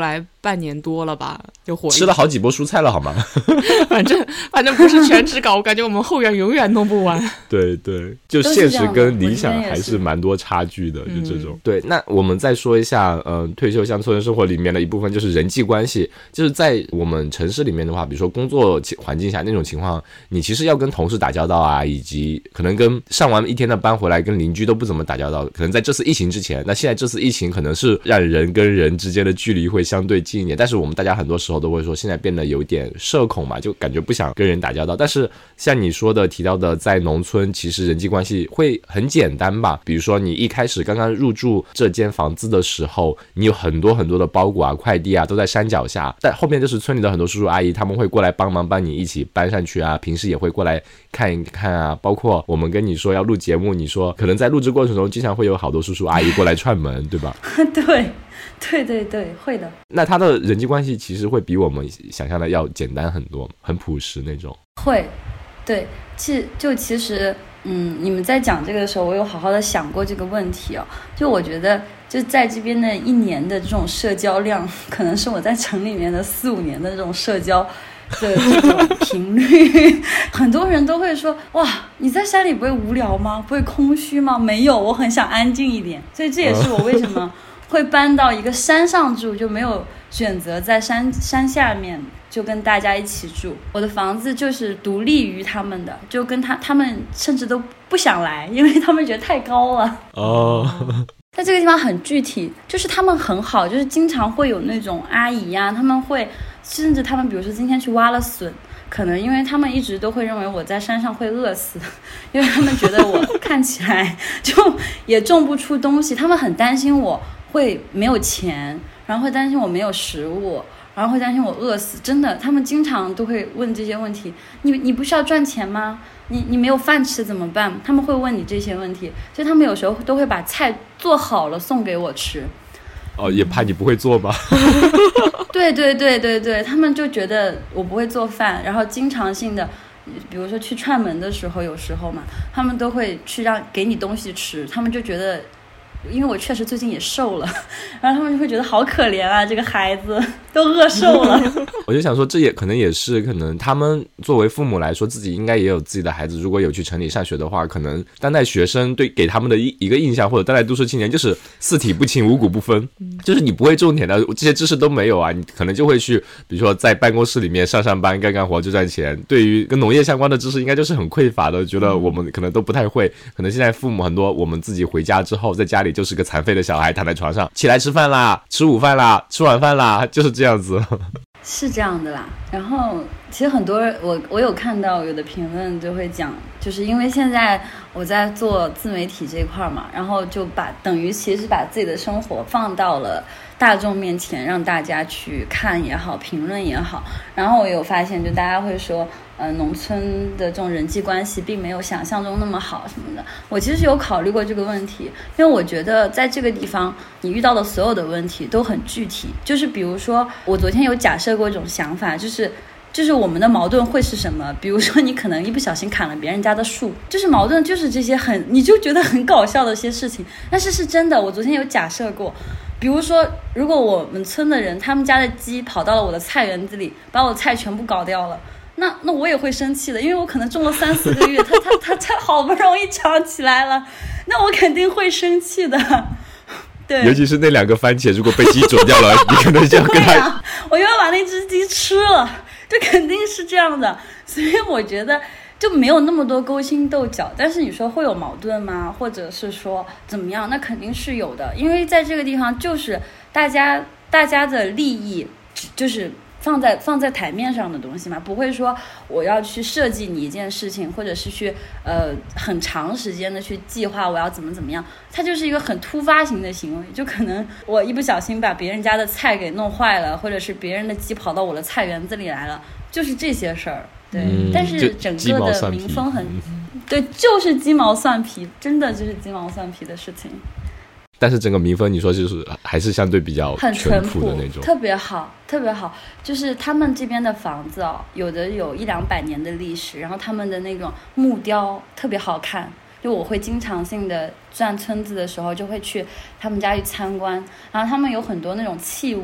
Speaker 4: 半年多了吧，就火力
Speaker 1: 吃了好几波蔬菜了好吗？
Speaker 4: 反正反正不是全职搞，我感觉我们后援永远弄不完。
Speaker 1: 对对，就现实跟理想还是蛮多差距的，就这种、嗯、对。那我们再说一下呃，退休乡村生活里面的一部分就是人际关系，就是在我们城市里面的话，比如说工作环境下那种情况，你其实要跟同事打交道啊，以及可能跟上完一天的班回来跟邻居都不怎么打交道，可能在这次疫情之前，那现在这次疫情可能是让人跟人之间的距离会相对近一点，但是我们大家很多时候都会说现在变得有点社恐嘛，就感觉不想跟人打交道。但是像你说的提到的，在农村其实人际关系会很简单吧，比如说你一开始刚刚入住这间房子的时候，你有很多很多的包裹啊快递啊都在山脚下，但后面就是村里的很多叔叔阿姨他们会过来帮忙帮你一起搬上去啊，平时也会过来看一看啊，包括我们跟你说要录节目，你说可能在录制过程中经常会有好多叔叔阿姨过来串门对吧？
Speaker 3: 对对对对，会的。
Speaker 1: 那他的人际关系其实会比我们想象的要简单很多，很朴实那种。
Speaker 3: 会，对，其就其实嗯，你们在讲这个的时候，我有好好的想过这个问题哦。就我觉得就在这边的一年的这种社交量，可能是我在城里面的四五年的这种社交的这种频率。很多人都会说，哇，你在山里不会无聊吗？不会空虚吗？没有，我很想安静一点。所以这也是我为什么会搬到一个山上住，就没有选择在山山下面就跟大家一起住。我的房子就是独立于他们的，就跟他他们甚至都不想来，因为他们觉得太高了。
Speaker 1: 哦，
Speaker 3: 在这个地方很具体，就是他们很好，就是经常会有那种阿姨呀、啊，他们会甚至他们比如说今天去挖了笋，可能因为他们一直都会认为我在山上会饿死，因为他们觉得我看起来就也种不出东西，他们很担心我会没有钱，然后会担心我没有食物，然后会担心我饿死。真的，他们经常都会问这些问题。你你不需要赚钱吗？你你没有饭吃怎么办？他们会问你这些问题，所以他们有时候都会把菜做好了送给我吃。
Speaker 1: 哦，也怕你不会做吧？
Speaker 3: 对对对对对，他们就觉得我不会做饭，然后经常性的，比如说去串门的时候，有时候嘛，他们都会去让给你东西吃，他们就觉得。因为我确实最近也瘦了，然后他们就会觉得好可怜啊，这个孩子都饿瘦了。
Speaker 1: 我就想说，这也可能也是可能他们作为父母来说，自己应该也有自己的孩子，如果有去城里上学的话，可能当代学生对给他们的一一个印象，或者当代都市青年就是四体不勤五谷不分，就是你不会种田的，这些知识都没有啊，你可能就会去比如说在办公室里面上上班干干活就赚钱，对于跟农业相关的知识应该就是很匮乏的，觉得我们可能都不太会。可能现在父母很多，我们自己回家之后在家里就是个残废的小孩，躺在床上，起来吃饭啦，吃午饭啦，吃晚饭啦，就是这样子。
Speaker 3: 是这样的啦。然后其实很多我我有看到有的评论就会讲，就是因为现在我在做自媒体这一块嘛，然后就把等于其实把自己的生活放到了大众面前，让大家去看也好，评论也好。然后我有发现，就大家会说呃，农村的这种人际关系并没有想象中那么好什么的。我其实有考虑过这个问题，因为我觉得在这个地方你遇到的所有的问题都很具体。就是比如说我昨天有假设过一种想法，就是就是我们的矛盾会是什么？比如说你可能一不小心砍了别人家的树，就是矛盾就是这些很你就觉得很搞笑的一些事情，但是是真的。我昨天有假设过，比如说如果我们村的人他们家的鸡跑到了我的菜园子里，把我的菜全部搞掉了，那那我也会生气的，因为我可能种了三四个月，它它它才好不容易长起来了，那我肯定会生气的。对，
Speaker 1: 尤其是那两个番茄，如果被鸡啄掉了，你可能就要跟他，
Speaker 3: 啊、我又要把那只鸡吃了，这肯定是这样的。所以我觉得就没有那么多勾心斗角，但是你说会有矛盾吗？或者是说怎么样？那肯定是有的，因为在这个地方就是大家大家的利益就是放在放在台面上的东西嘛，不会说我要去设计你一件事情，或者是去呃很长时间的去计划我要怎么怎么样，它就是一个很突发型的行为，就可能我一不小心把别人家的菜给弄坏了，或者是别人的鸡跑到我的菜园子里来了，就是这些事儿。对、嗯，但是整个的民风很，对，就是鸡毛蒜皮，真的就是鸡毛蒜皮的事情。
Speaker 1: 但是整个民风你说就是还是相对比较淳朴的那种，
Speaker 3: 特别好特别好。就是他们这边的房子哦，有的有一两百年的历史，然后他们的那种木雕特别好看，就我会经常性的转村子的时候就会去他们家去参观，然后他们有很多那种器物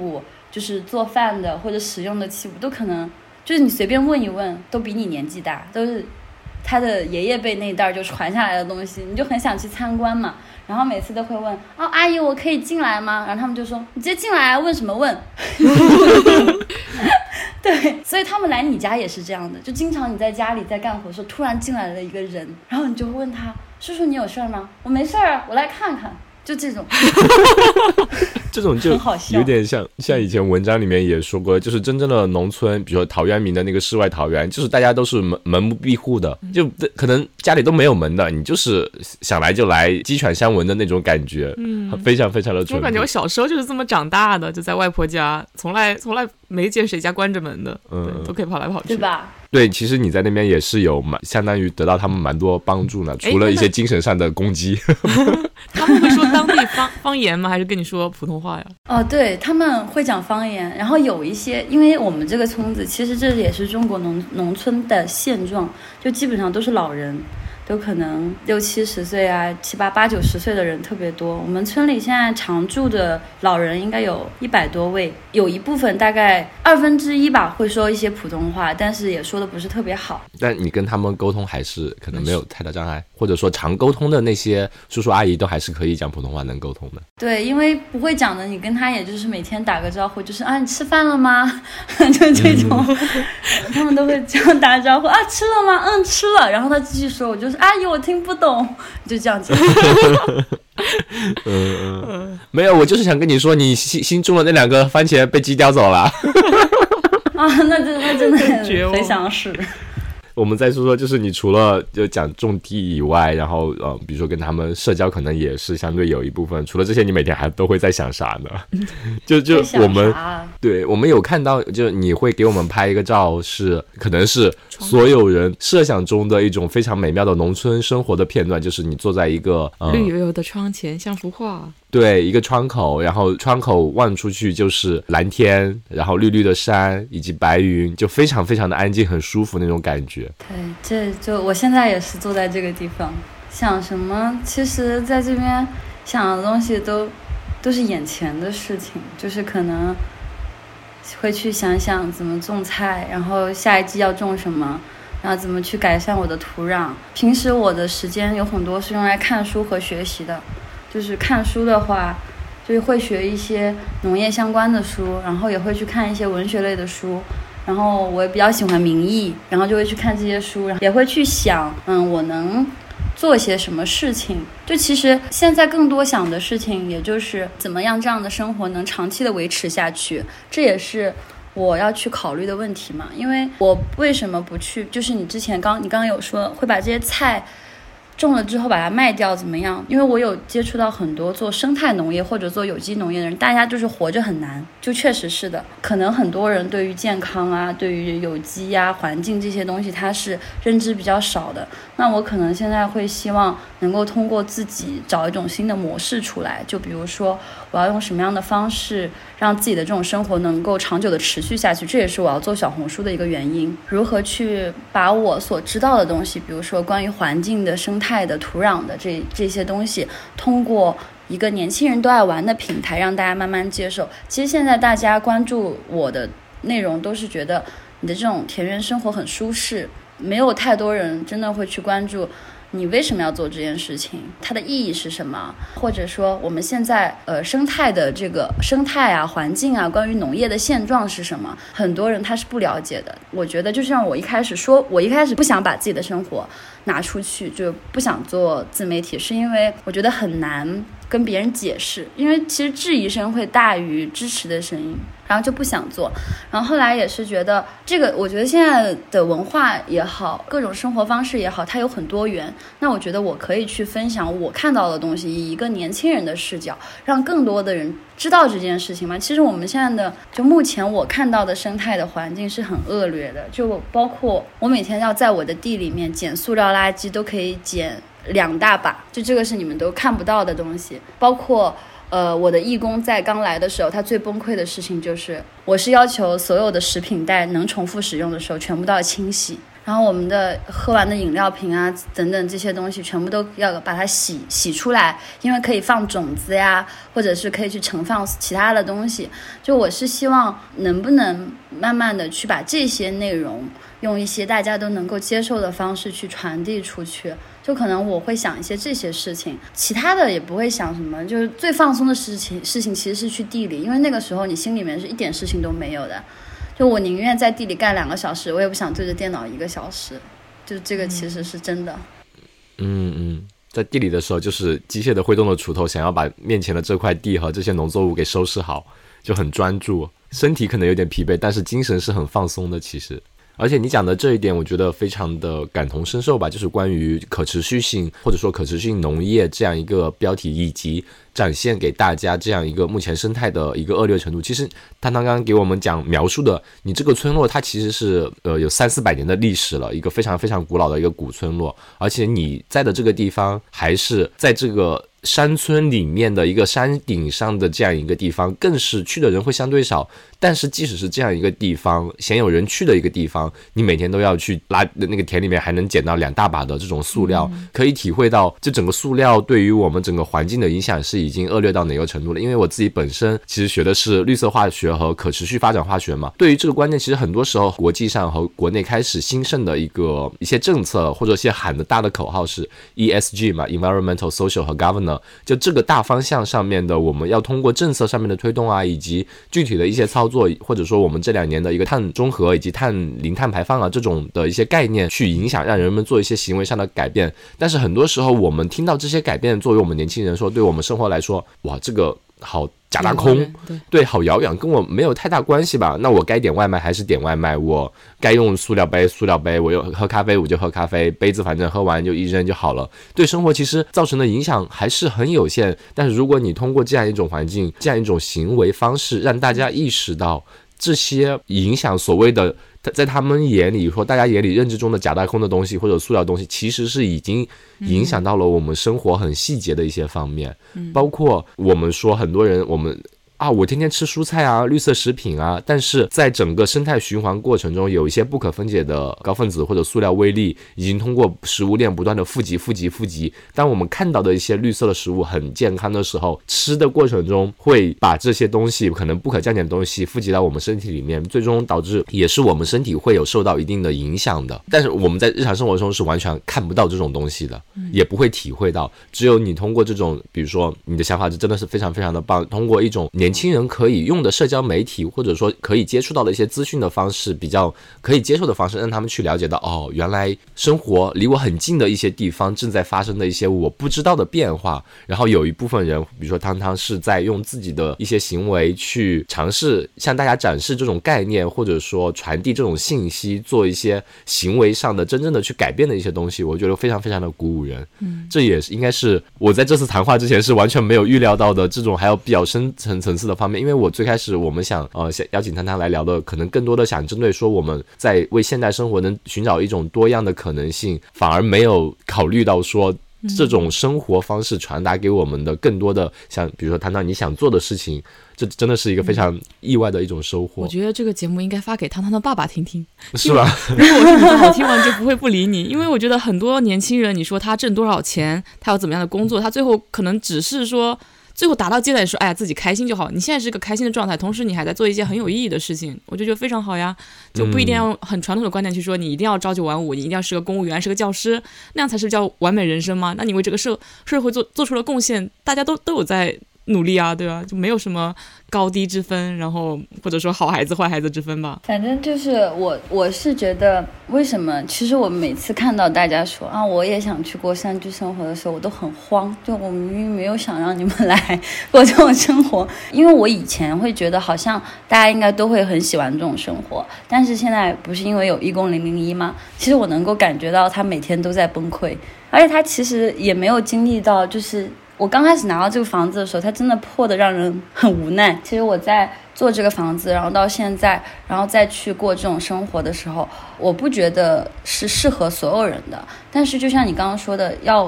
Speaker 3: 就是做饭的或者使用的器物，都可能就是你随便问一问，都比你年纪大，都是他的爷爷辈那一代就传下来的东西，你就很想去参观嘛。然后每次都会问哦，阿姨我可以进来吗？然后他们就说你直接进来，问什么问？对，所以他们来你家也是这样的，就经常你在家里在干活的时候，突然进来了一个人，然后你就会问他，叔叔你有事儿吗？我没事儿啊，我来看看。就这种
Speaker 1: 这种就有点像像以前文章里面也说过，就是真正的农村，比如说陶渊明的那个世外桃源，就是大家都是门门不闭户的，就可能家里都没有门的，你就是想来就来，鸡犬相闻的那种感觉，嗯，非常非常的淳朴。
Speaker 4: 我感觉我小时候就是这么长大的，就在外婆家，从来从来没见谁家关着门的，嗯，对，都可以跑来跑去，
Speaker 3: 对吧？
Speaker 1: 对，其实你在那边也是有蛮相当于得到他们蛮多帮助呢，除了一些精神上的攻击。
Speaker 4: 他们会说当地方方言吗？还是跟你说普通话呀？
Speaker 3: 哦，对，他们会讲方言，然后有一些，因为我们这个村子其实这也是中国农农村的现状，就基本上都是老人。都可能六七十岁啊，七八八九十岁的人特别多。我们村里现在常住的老人应该有一百多位，有一部分大概二分之一吧会说一些普通话，但是也说的不是特别好。
Speaker 1: 但你跟他们沟通还是可能没有太大障碍，或者说常沟通的那些叔叔阿姨都还是可以讲普通话能沟通的。
Speaker 3: 对，因为不会讲的，你跟他也就是每天打个招呼，就是啊你吃饭了吗？就这种、嗯、他们都会这样打招呼啊，吃了吗？嗯，吃了。然后他继续说，我就是阿姨我听不懂，就这样子。
Speaker 1: 嗯嗯，没有，我就是想跟你说，你新新种的那两个番茄被鸡叼走了。
Speaker 3: 啊，那真那真的很很想死。
Speaker 1: 我们再说说，就是你除了就讲种地以外，然后呃，比如说跟他们社交，可能也是相对有一部分。除了这些，你每天还都会在想啥呢？就就我们对我们有看到，就你会给我们拍一个照，是可能是所有人设想中的一种非常美妙的农村生活的片段，就是你坐在一个、呃、
Speaker 4: 绿油油的窗前，像幅画。
Speaker 1: 对，一个窗口，然后窗口望出去就是蓝天，然后绿绿的山以及白云，就非常非常的安静，很舒服那种感觉。
Speaker 3: 对，这就我现在也是坐在这个地方，想什么，其实在这边想的东西都都是眼前的事情，就是可能会去想想怎么种菜，然后下一季要种什么，然后怎么去改善我的土壤。平时我的时间有很多是用来看书和学习的，就是看书的话就是会学一些农业相关的书，然后也会去看一些文学类的书，然后我也比较喜欢民意，然后就会去看这些书，然后也会去想嗯，我能做些什么事情。就其实现在更多想的事情也就是怎么样这样的生活能长期的维持下去，这也是我要去考虑的问题嘛。因为我为什么不去，就是你之前刚你刚刚有说会把这些菜种了之后把它卖掉怎么样，因为我有接触到很多做生态农业或者做有机农业的人，大家就是活着很难，就确实是的。可能很多人对于健康啊，对于有机啊，环境这些东西他是认知比较少的，那我可能现在会希望能够通过自己找一种新的模式出来，就比如说我要用什么样的方式让自己的这种生活能够长久的持续下去，这也是我要做小红书的一个原因。如何去把我所知道的东西，比如说关于环境的、生态的、土壤的这这些东西，通过一个年轻人都爱玩的平台让大家慢慢接受。其实现在大家关注我的内容都是觉得你的这种田园生活很舒适，没有太多人真的会去关注你为什么要做这件事情，它的意义是什么，或者说我们现在呃生态的这个生态啊、环境啊，关于农业的现状是什么，很多人他是不了解的。我觉得就像我一开始说，我一开始不想把自己的生活拿出去，就不想做自媒体，是因为我觉得很难跟别人解释，因为其实质疑声会大于支持的声音，然后就不想做。然后后来也是觉得这个，我觉得现在的文化也好，各种生活方式也好，它有很多元，那我觉得我可以去分享我看到的东西，以一个年轻人的视角，让更多的人知道这件事情嘛。其实我们现在的就目前我看到的生态的环境是很恶劣的，就包括我每天要在我的地里面捡塑料垃圾都可以捡两大把，就这个是你们都看不到的东西。包括呃，我的义工在刚来的时候，他最崩溃的事情就是，我是要求所有的食品袋能重复使用的时候全部都要清洗， 然后我们的喝完的饮料瓶啊等等这些东西全部都要把它洗洗出来，因为可以放种子呀，或者是可以去盛放其他的东西。就我是希望能不能慢慢的去把这些内容用一些大家都能够接受的方式去传递出去，就可能我会想一些这些事情，其他的也不会想什么。就是最放松的事情事情其实是去地里，因为那个时候你心里面是一点事情都没有的，就我宁愿在地里干两个小时，我也不想对着电脑一个小时，就这个其实是真的。
Speaker 1: 嗯嗯，在地里的时候就是机械的挥动的锄头，想要把面前的这块地和这些农作物给收拾好，就很专注，身体可能有点疲惫，但是精神是很放松的其实。而且你讲的这一点我觉得非常的感同身受吧，就是关于可持续性或者说可持续性农业这样一个标题，以及展现给大家这样一个目前生态的一个恶劣程度。其实他刚刚给我们讲描述的，你这个村落它其实是呃有三四百年的历史了，一个非常非常古老的一个古村落，而且你在的这个地方还是在这个山村里面的一个山顶上的这样一个地方，更是去的人会相对少。但是即使是这样一个地方，鲜有人去的一个地方，你每天都要去拉那个田里面还能捡到两大把的这种塑料、嗯、可以体会到这整个塑料对于我们整个环境的影响是已经恶劣到哪个程度了。因为我自己本身其实学的是绿色化学和可持续发展化学嘛，对于这个观念其实很多时候国际上和国内开始兴盛的一个一些政策或者一些喊的大的口号是 E S G 嘛， Environmental Social 和 Governance， 就这个大方向上面的我们要通过政策上面的推动啊，以及具体的一些操作，或者说我们这两年的一个碳中和以及碳零碳排放啊这种的一些概念去影响，让人们做一些行为上的改变。但是很多时候我们听到这些改变，作为我们年轻人说，对我们生活来说，哇，这个好假大空， 对, 对，好遥远，跟我没有太大关系吧。那我该点外卖还是点外卖，我该用塑料杯塑料杯，我有喝咖啡我就喝咖啡，杯子反正喝完就一扔就好了。对生活其实造成的影响还是很有限。但是如果你通过这样一种环境，这样一种行为方式，让大家意识到这些影响所谓的在他们眼里或大家眼里认知中的假大空的东西或者塑料东西，其实是已经影响到了我们生活很细节的一些方面、嗯、包括我们说很多人我们啊，我天天吃蔬菜啊，绿色食品啊，但是在整个生态循环过程中，有一些不可分解的高分子或者塑料微粒已经通过食物链不断的富集富集富集。当我们看到的一些绿色的食物很健康的时候，吃的过程中会把这些东西可能不可降解的东西富集到我们身体里面，最终导致也是我们身体会有受到一定的影响的。但是我们在日常生活中是完全看不到这种东西的，也不会体会到。只有你通过这种，比如说你的想法是真的是非常非常的棒，通过一种年轻人可以用的社交媒体或者说可以接触到的一些资讯的方式，比较可以接受的方式，让他们去了解到，哦，原来生活离我很近的一些地方正在发生的一些我不知道的变化。然后有一部分人，比如说汤汤是在用自己的一些行为去尝试向大家展示这种概念，或者说传递这种信息，做一些行为上的真正的去改变的一些东西，我觉得非常非常的鼓舞人。嗯，这也是应该是我在这次谈话之前是完全没有预料到的，这种还有比较深层层次的方面。因为我最开始我们想呃想邀请汤汤来聊的，可能更多的想针对说我们在为现代生活能寻找一种多样的可能性，反而没有考虑到说这种生活方式传达给我们的更多的，像比如说谈到你想做的事情，这真的是一个非常意外的一种收获。
Speaker 4: 我觉得这个节目应该发给汤汤的爸爸听听，
Speaker 1: 是吧？
Speaker 4: 如果我是你爸爸，听完就不会不理你。因为我觉得很多年轻人，你说他挣多少钱，他有怎么样的工作，他最后可能只是说最后达到阶段说，哎呀，自己开心就好。你现在是一个开心的状态，同时你还在做一些很有意义的事情，我就觉得非常好呀。就不一定要用很传统的观念去说，你一定要朝九晚五，你一定要是个公务员，是个教师，那样才是叫完美人生吗？那你为这个社社会做做出了贡献，大家都都有在努力啊，对吧？就没有什么高低之分，然后或者说好孩子坏孩子之分吧。
Speaker 3: 反正就是我我是觉得，为什么其实我每次看到大家说啊我也想去过山居生活的时候，我都很慌，就我明明没有想让你们来过这种生活。因为我以前会觉得好像大家应该都会很喜欢这种生活，但是现在不是因为有一公零零一吗？其实我能够感觉到他每天都在崩溃，而且他其实也没有经历到，就是我刚开始拿到这个房子的时候，它真的破的让人很无奈。其实我在做这个房子，然后到现在，然后再去过这种生活的时候，我不觉得是适合所有人的。但是就像你刚刚说的，要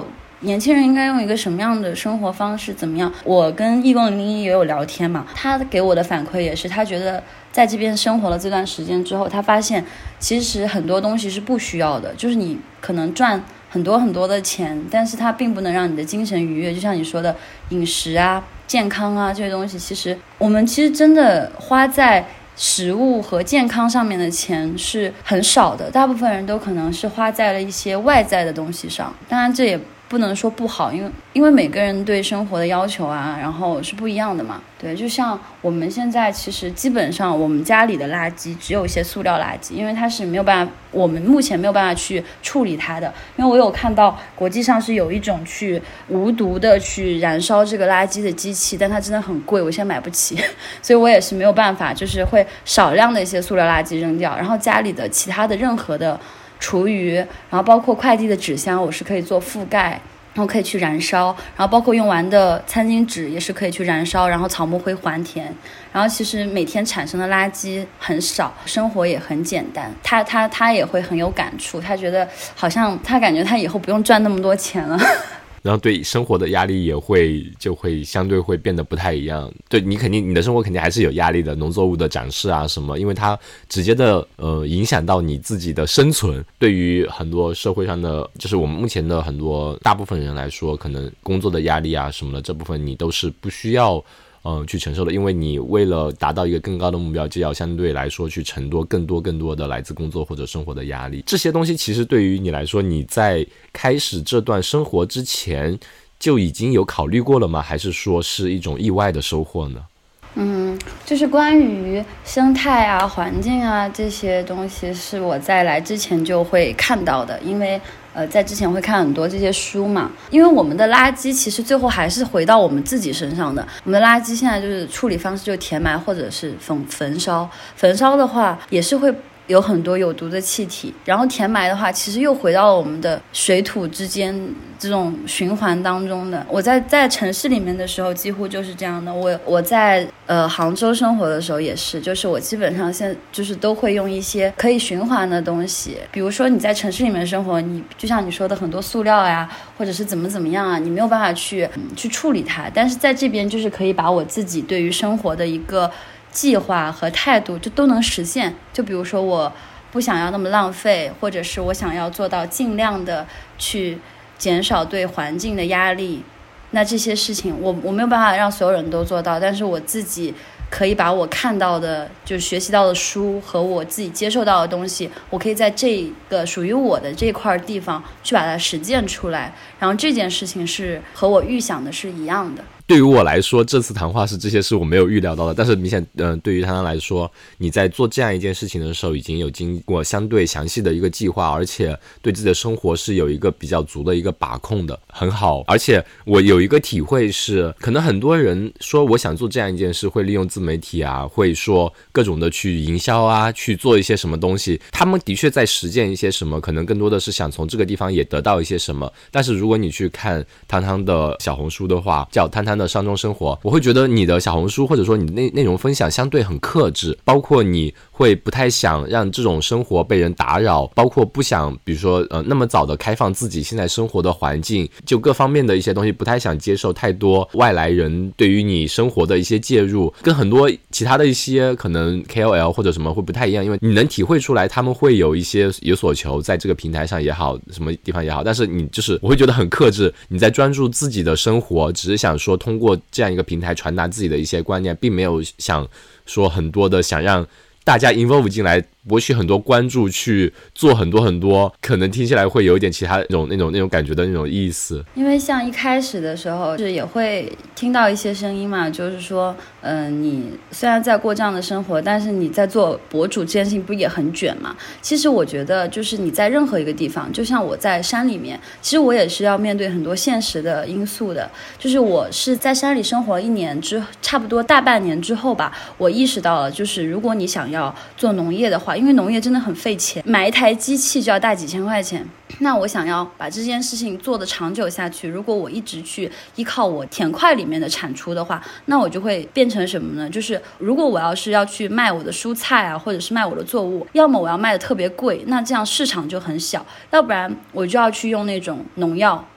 Speaker 3: 年轻人应该用一个什么样的生活方式怎么样。我跟义工零零一也有聊天嘛，他给我的反馈也是，他觉得在这边生活了这段时间之后，他发现其实很多东西是不需要的，就是你可能赚很多很多的钱，但是它并不能让你的精神愉悦。就像你说的饮食啊、健康啊这些东西，其实我们其实真的花在食物和健康上面的钱是很少的，大部分人都可能是花在了一些外在的东西上。当然这也不能说不好，因为因为每个人对生活的要求啊，然后是不一样的嘛。对，就像我们现在其实基本上我们家里的垃圾只有一些塑料垃圾，因为它是没有办法，我们目前没有办法去处理它的。因为我有看到国际上是有一种去无毒的去燃烧这个垃圾的机器，但它真的很贵，我现在买不起，所以我也是没有办法，就是会少量的一些塑料垃圾扔掉，然后家里的其他的任何的厨余，然后包括快递的纸箱，我是可以做覆盖，然后可以去燃烧，然后包括用完的餐巾纸也是可以去燃烧，然后草木灰还田。然后其实每天产生的垃圾很少，生活也很简单。他他他也会很有感触，他觉得好像他感觉他以后不用赚那么多钱了。
Speaker 1: 然后对生活的压力也会就会相对会变得不太一样。对，你肯定你的生活肯定还是有压力的，农作物的展示啊什么，因为它直接的呃影响到你自己的生存。对于很多社会上的，就是我们目前的很多大部分人来说，可能工作的压力啊什么的，这部分你都是不需要嗯，去承受的，因为你为了达到一个更高的目标，就要相对来说去承多更多更多的来自工作或者生活的压力。这些东西其实对于你来说，你在开始这段生活之前就已经有考虑过了吗？还是说是一种意外的收获呢？
Speaker 3: 嗯，就是关于生态啊、环境啊这些东西，是我在来之前就会看到的，因为呃，在之前会看很多这些书嘛。因为我们的垃圾其实最后还是回到我们自己身上的。我们的垃圾现在就是处理方式就是填埋或者是焚焚烧，焚烧的话也是会有很多有毒的气体，然后填埋的话其实又回到了我们的水土之间这种循环当中的。我在在城市里面的时候几乎就是这样的，我我在呃杭州生活的时候也是，就是我基本上现就是都会用一些可以循环的东西。比如说你在城市里面生活，你就像你说的很多塑料呀，或者是怎么怎么样啊，你没有办法去、嗯、去处理它，但是在这边就是可以把我自己对于生活的一个计划和态度就都能实现。就比如说我不想要那么浪费，或者是我想要做到尽量的去减少对环境的压力，那这些事情我我没有办法让所有人都做到，但是我自己可以把我看到的就是学习到的书和我自己接受到的东西，我可以在这个属于我的这块地方去把它实践出来，然后这件事情是和我预想的是一样的。
Speaker 1: 对于我来说，这次谈话是这些是我没有预料到的，但是明显，嗯、呃，对于他来说，你在做这样一件事情的时候，已经有经过相对详细的一个计划，而且对自己的生活是有一个比较足的一个把控的，很好。而且我有一个体会是，可能很多人说我想做这样一件事，会利用自媒体啊，会说各种的去营销啊，去做一些什么东西，他们的确在实践一些什么，可能更多的是想从这个地方也得到一些什么。但是如果你去看汤汤的小红书的话，叫汤汤的上中生活，我会觉得你的小红书或者说你的内内容分享相对很克制，包括你会不太想让这种生活被人打扰，包括不想比如说呃那么早的开放自己现在生活的环境，就各方面的一些东西不太想接受太多外来人对于你生活的一些介入，跟很多其他的一些可能 K O L 或者什么会不太一样，因为你能体会出来他们会有一些有所求，在这个平台上也好，什么地方也好，但是你就是我会觉得很克制，你在专注自己的生活，只是想说通过这样一个平台传达自己的一些观念，并没有想说很多的想让大家 involve 进来，博取很多关注，去做很多很多可能听起来会有一点其他那种那种那种感觉的那种意思。
Speaker 3: 因为像一开始的时候是也会听到一些声音嘛，就是说嗯、呃，你虽然在过这样的生活，但是你在做博主这件事情不也很卷嘛。其实我觉得就是你在任何一个地方，就像我在山里面，其实我也是要面对很多现实的因素的。就是我是在山里生活一年之差不多大半年之后吧，我意识到了，就是如果你想要做农业的话，因为农业真的很费钱，买一台机器就要大几千块钱，那我想要把这件事情做得长久下去，如果我一直去依靠我田块里面的产出的话，那我就会变成什么呢？就是如果我要是要去卖我的蔬菜啊，或者是卖我的作物，要么我要卖的特别贵，那这样市场就很小，要不然我就要去用那种农药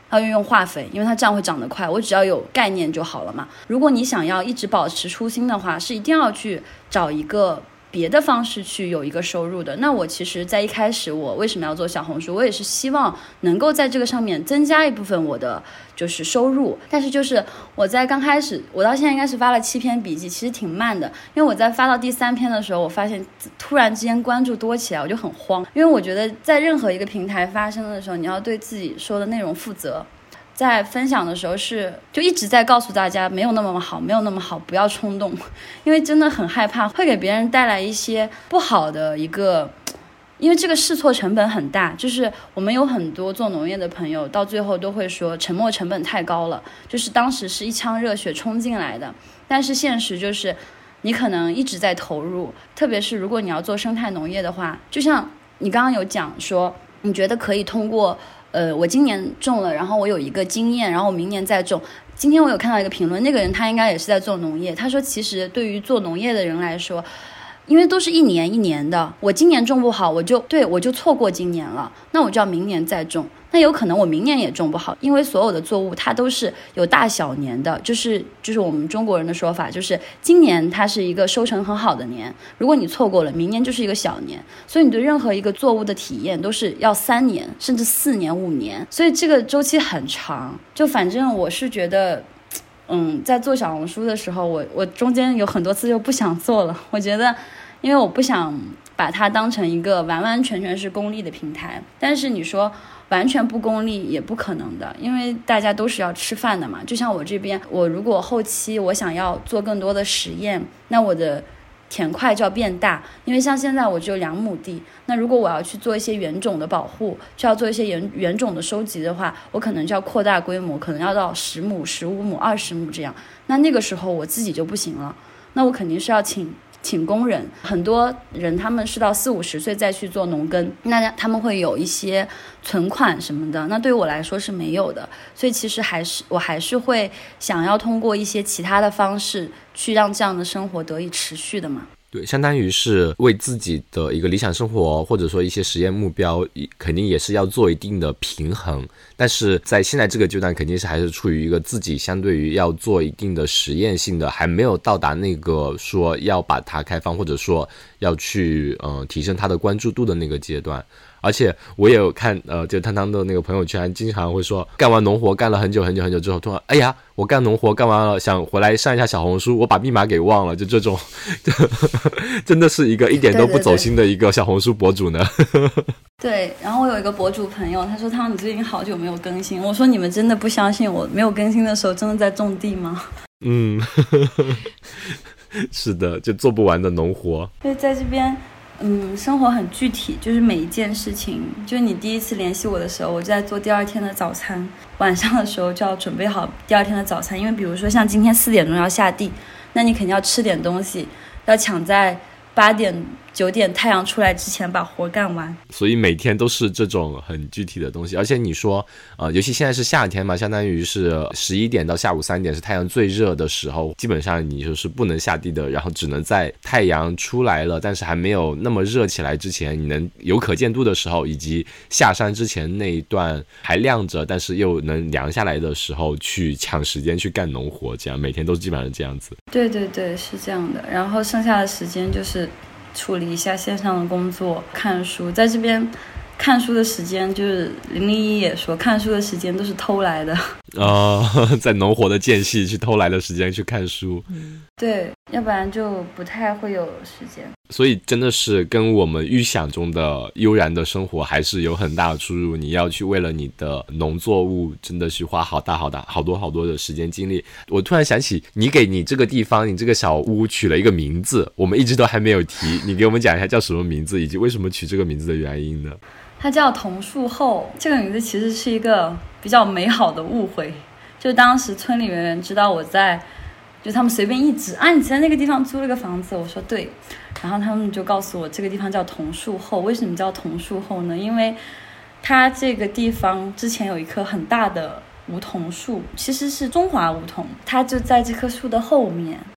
Speaker 3: 要运用化肥，因为它这样会长得快，我只要有概念就好了嘛。如果你想要一直保持初心的话，是一定要去找一个别的方式去有一个收入的。那我其实在一开始我为什么要做小红书，我也是希望能够在这个上面增加一部分我的就是收入。但是就是我在刚开始，我到现在应该是发了七篇笔记，其实挺慢的，因为我在发到第三篇的时候，我发现突然之间关注多起来，我就很慌。因为我觉得在任何一个平台发生的时候，你要对自己说的内容负责。在分享的时候是就一直在告诉大家没有那么好，没有那么好，不要冲动，因为真的很害怕会给别人带来一些不好的一个，因为这个试错成本很大。就是我们有很多做农业的朋友到最后都会说沉没成本太高了，就是当时是一腔热血冲进来的，但是现实就是你可能一直在投入，特别是如果你要做生态农业的话，就像你刚刚有讲说你觉得可以通过呃，我今年种了，然后我有一个经验，然后我明年再种。今天我有看到一个评论，那个人他应该也是在做农业，他说其实对于做农业的人来说，因为都是一年一年的，我今年种不好，我就对我就错过今年了，那我就要明年再种。那有可能我明年也种不好，因为所有的作物它都是有大小年的，就是就是我们中国人的说法，就是今年它是一个收成很好的年，如果你错过了，明年就是一个小年。所以你对任何一个作物的体验都是要三年甚至四年五年，所以这个周期很长。就反正我是觉得嗯，在做小红书的时候，我我中间有很多次就不想做了，我觉得因为我不想把它当成一个完完全全是功利的平台。但是你说完全不功利也不可能的，因为大家都是要吃饭的嘛。就像我这边，我如果后期我想要做更多的实验，那我的田块就要变大，因为像现在我只有两亩地，那如果我要去做一些原种的保护，就要做一些原原种的收集的话，我可能就要扩大规模，可能要到十亩、十五亩、二十亩这样。那那个时候我自己就不行了，那我肯定是要请请工人。很多人他们是到四五十岁再去做农耕，那他们会有一些存款什么的，那对于我来说是没有的。所以其实还是我还是会想要通过一些其他的方式去让这样的生活得以持续的嘛。
Speaker 1: 对，相当于是为自己的一个理想生活或者说一些实验目标肯定也是要做一定的平衡，但是在现在这个阶段肯定是还是处于一个自己相对于要做一定的实验性的，还没有到达那个说要把它开放或者说要去呃提升它的关注度的那个阶段。而且我也有看呃，就汤汤的那个朋友圈经常会说干完农活干了很久很久很久之后突然哎呀我干农活干完了想回来上一下小红书，我把密码给忘了，就这种真的是一个一点都不走心的一个小红书博主呢。
Speaker 3: 对，然后我有一个博主朋友，他说汤你最近好久没有更新，我说你们真的不相信我没有更新的时候真的在种地吗？嗯是的，就做不完的农活。所以在这边嗯，生活很具体，就是每一件事情，就是你第一次联系我的时候，我就在做第二天的早餐，晚上的时候就要准备好第二天的早餐。因为比如说像今天四点钟要下地，那你肯定要吃点东西，要抢在八点九点太阳出来之前把活干完。所以每天都是这种很具体的东西。而且你说呃，尤其现在是夏天嘛，相当于是十一点到下午三点是太阳最热的时候，基本上你就是不能下地的，然后只能在太阳出来了但是还没有那么热起来之前，你能有可见度的时候，以及下山之前那一段还亮着但是又能凉下来的时候去抢时间去干农活，这样每天都基本上这样子。对对对，是这样的。然后剩下的时间就是处理一下线上的工作，看书。在这边看书的时间，就是零零一也说看书的时间都是偷来的哦，在农活的间隙去偷来的时间去看书。嗯，对，要不然就不太会有时间。所以真的是跟我们预想中的悠然的生活还是有很大的出入，你要去为了你的农作物真的是花好大好大好多好多的时间精力。我突然想起你给你这个地方你这个小屋取了一个名字，我们一直都还没有提，你给我们讲一下叫什么名字以及为什么取这个名字的原因呢？它叫桐树后，这个名字其实是一个比较美好的误会，就当时村里面人知道我在，就他们随便一指啊你在那个地方租了个房子，我说对，然后他们就告诉我这个地方叫桐树后。为什么叫桐树后呢？因为它这个地方之前有一棵很大的梧桐树，其实是中华梧桐，它就在这棵树的后面，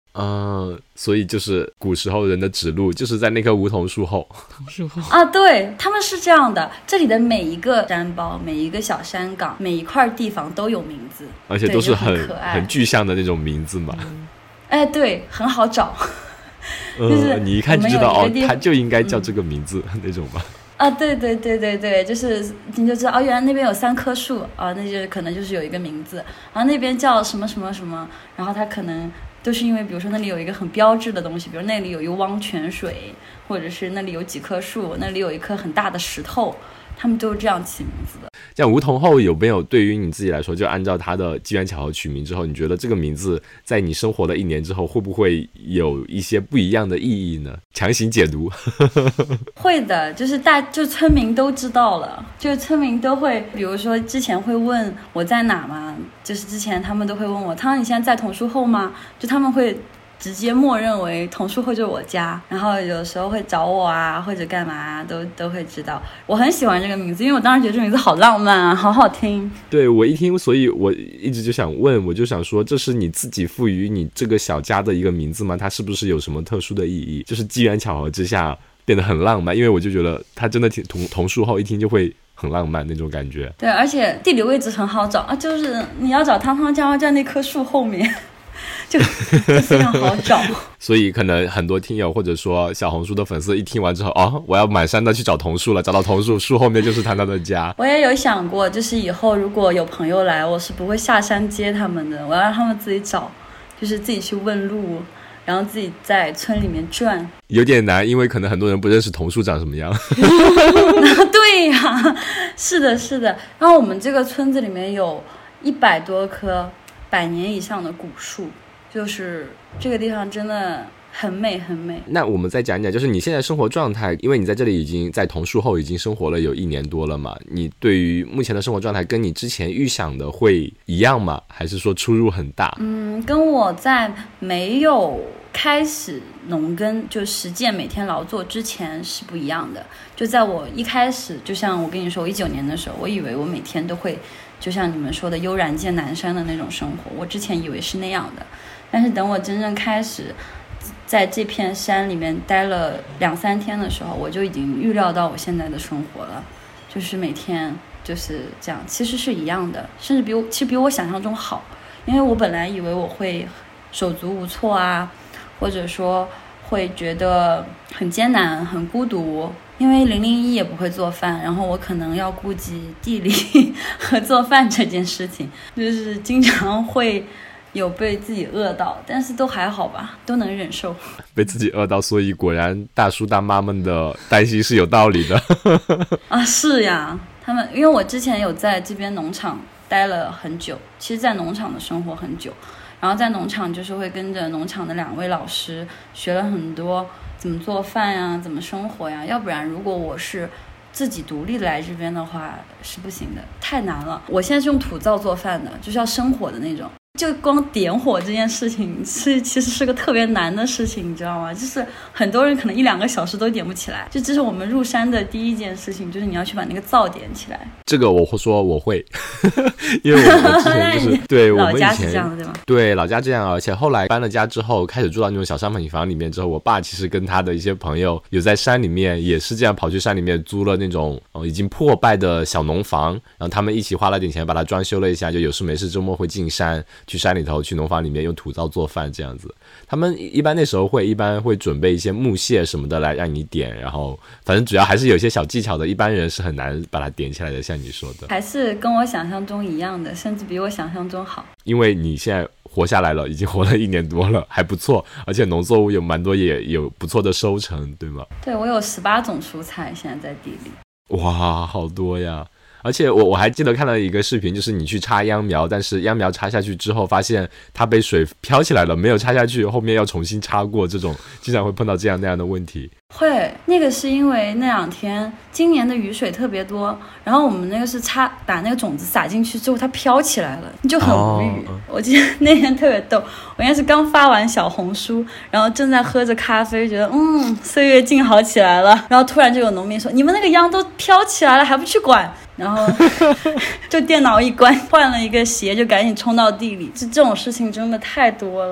Speaker 1: 嗯，所以就是古时候人的指路就是在那棵梧桐树后。
Speaker 4: 树后
Speaker 3: 啊，对，他们是这样的，这里的每一个山包，每一个小山岗，每一块地方都有名字，
Speaker 1: 而且都是很
Speaker 3: 很可爱
Speaker 1: 很具象的那种名字嘛。
Speaker 3: 嗯、哎，对，很好找。就是、
Speaker 1: 嗯、你一看就知道哦，
Speaker 3: 它
Speaker 1: 就应该叫这个名字、嗯、那种吧。
Speaker 3: 啊，对对对对对，就是你就知道哦，原来那边有三棵树啊，那就可能就是有一个名字，然后那边叫什么什么什么，然后它可能都是因为比如说那里有一个很标志的东西，比如那里有一汪泉水，或者是那里有几棵树，那里有一颗很大的石头，他们都是这样起名字的。
Speaker 1: 像梧桐后有没有对于你自己来说，就按照它的机缘巧合取名之后，你觉得这个名字在你生活了一年之后会不会有一些不一样的意义呢？强行解读。
Speaker 3: 会的，就是大就村民都知道了，就村民都会，比如说之前会问我在哪嘛，就是之前他们都会问我，汤你现在在桐树后吗？就他们会直接默认为桐树后就是我家，然后有时候会找我啊，或者干嘛啊，都都会知道。我很喜欢这个名字，因为我当时觉得这个名字好浪漫啊，好好听。
Speaker 1: 对，我一听，所以我一直就想问，我就想说，这是你自己赋予你这个小家的一个名字吗？它是不是有什么特殊的意义？就是机缘巧合之下变得很浪漫，因为我就觉得它真的挺桐桐树后一听就会很浪漫那种感觉。
Speaker 3: 对，而且地理位置很好找啊，就是你要找汤汤家在那棵树后面。就, 就非常好找。
Speaker 1: 所以可能很多听友或者说小红书的粉丝一听完之后，哦，我要满山的去找桐树了，找到桐树，树后面就是汤汤的家。
Speaker 3: 我也有想过，就是以后如果有朋友来，我是不会下山接他们的，我要让他们自己找，就是自己去问路，然后自己在村里面转。
Speaker 1: 有点难，因为可能很多人不认识桐树长什么样。
Speaker 3: 对呀、啊，是的是的。然后我们这个村子里面有一百多棵百年以上的古树，就是这个地方真的很美很美。
Speaker 1: 那我们再讲讲，就是你现在生活状态，因为你在这里已经在桐树后已经生活了有一年多了嘛，你对于目前的生活状态跟你之前预想的会一样吗？还是说出入很大？
Speaker 3: 嗯，跟我在没有开始农耕就实践每天劳作之前是不一样的。就在我一开始，就像我跟你说，我一九年的时候，我以为我每天都会就像你们说的悠然见南山的那种生活，我之前以为是那样的，但是等我真正开始在这片山里面待了两三天的时候，我就已经预料到我现在的生活了，就是每天就是这样，其实是一样的，甚至比我其实比我想象中好。因为我本来以为我会手足无措啊，或者说会觉得很艰难很孤独，因为零零一也不会做饭，然后我可能要顾及地理和做饭这件事情，就是经常会有被自己饿到，但是都还好吧，都能忍受。
Speaker 1: 被自己饿到，所以果然大叔大妈们的担心是有道理的。
Speaker 3: 啊，是呀，他们因为我之前有在这边农场待了很久，其实在农场的生活很久，然后在农场就是会跟着农场的两位老师学了很多怎么做饭呀，怎么生活呀，要不然如果我是自己独立来这边的话是不行的，太难了。我现在是用土灶做饭的，就是要生火的那种，就光点火这件事情是其实是个特别难的事情，你知道吗？就是很多人可能一两个小时都点不起来，就这是我们入山的第一件事情，就是你要去把那个灶点起来。
Speaker 1: 这个我说我会，因为我们之前就是对我们以前
Speaker 3: 老家是这样的对吗？
Speaker 1: 对，老家这样，而且后来搬了家之后，开始住到那种小商品房里面之后，我爸其实跟他的一些朋友有在山里面也是这样跑去山里面租了那种、呃、已经破败的小农房，然后他们一起花了点钱把它装修了一下，就有事没事周末会进山去山里头去农房里面用土灶做饭这样子。他们一般那时候会一般会准备一些木屑什么的来让你点，然后反正主要还是有一些小技巧的，一般人是很难把它点起来的，像你说的
Speaker 3: 还是跟我想象中一样的，甚至比我想象中好。
Speaker 1: 因为你现在活下来了，已经活了一年多了，还不错，而且农作物有蛮多，也有不错的收成，对吗？
Speaker 3: 对，我有十八种蔬菜现在在地里。
Speaker 1: 哇，好多呀！而且我我还记得看了一个视频，就是你去插秧苗，但是秧苗插下去之后发现它被水飘起来了，没有插下去，后面要重新插过，这种经常会碰到这样那样的问题。
Speaker 3: 会，那个是因为那两天今年的雨水特别多，然后我们那个是插把那个种子撒进去之后它飘起来了，你就很无语、哦、我记得那天特别逗，我应该是刚发完小红书，然后正在喝着咖啡，觉得嗯岁月静好起来了，然后突然就有农民说你们那个秧都飘起来了还不去管，然后就电脑一关换了一个鞋就赶紧冲到地里，这这种事情真的太多了。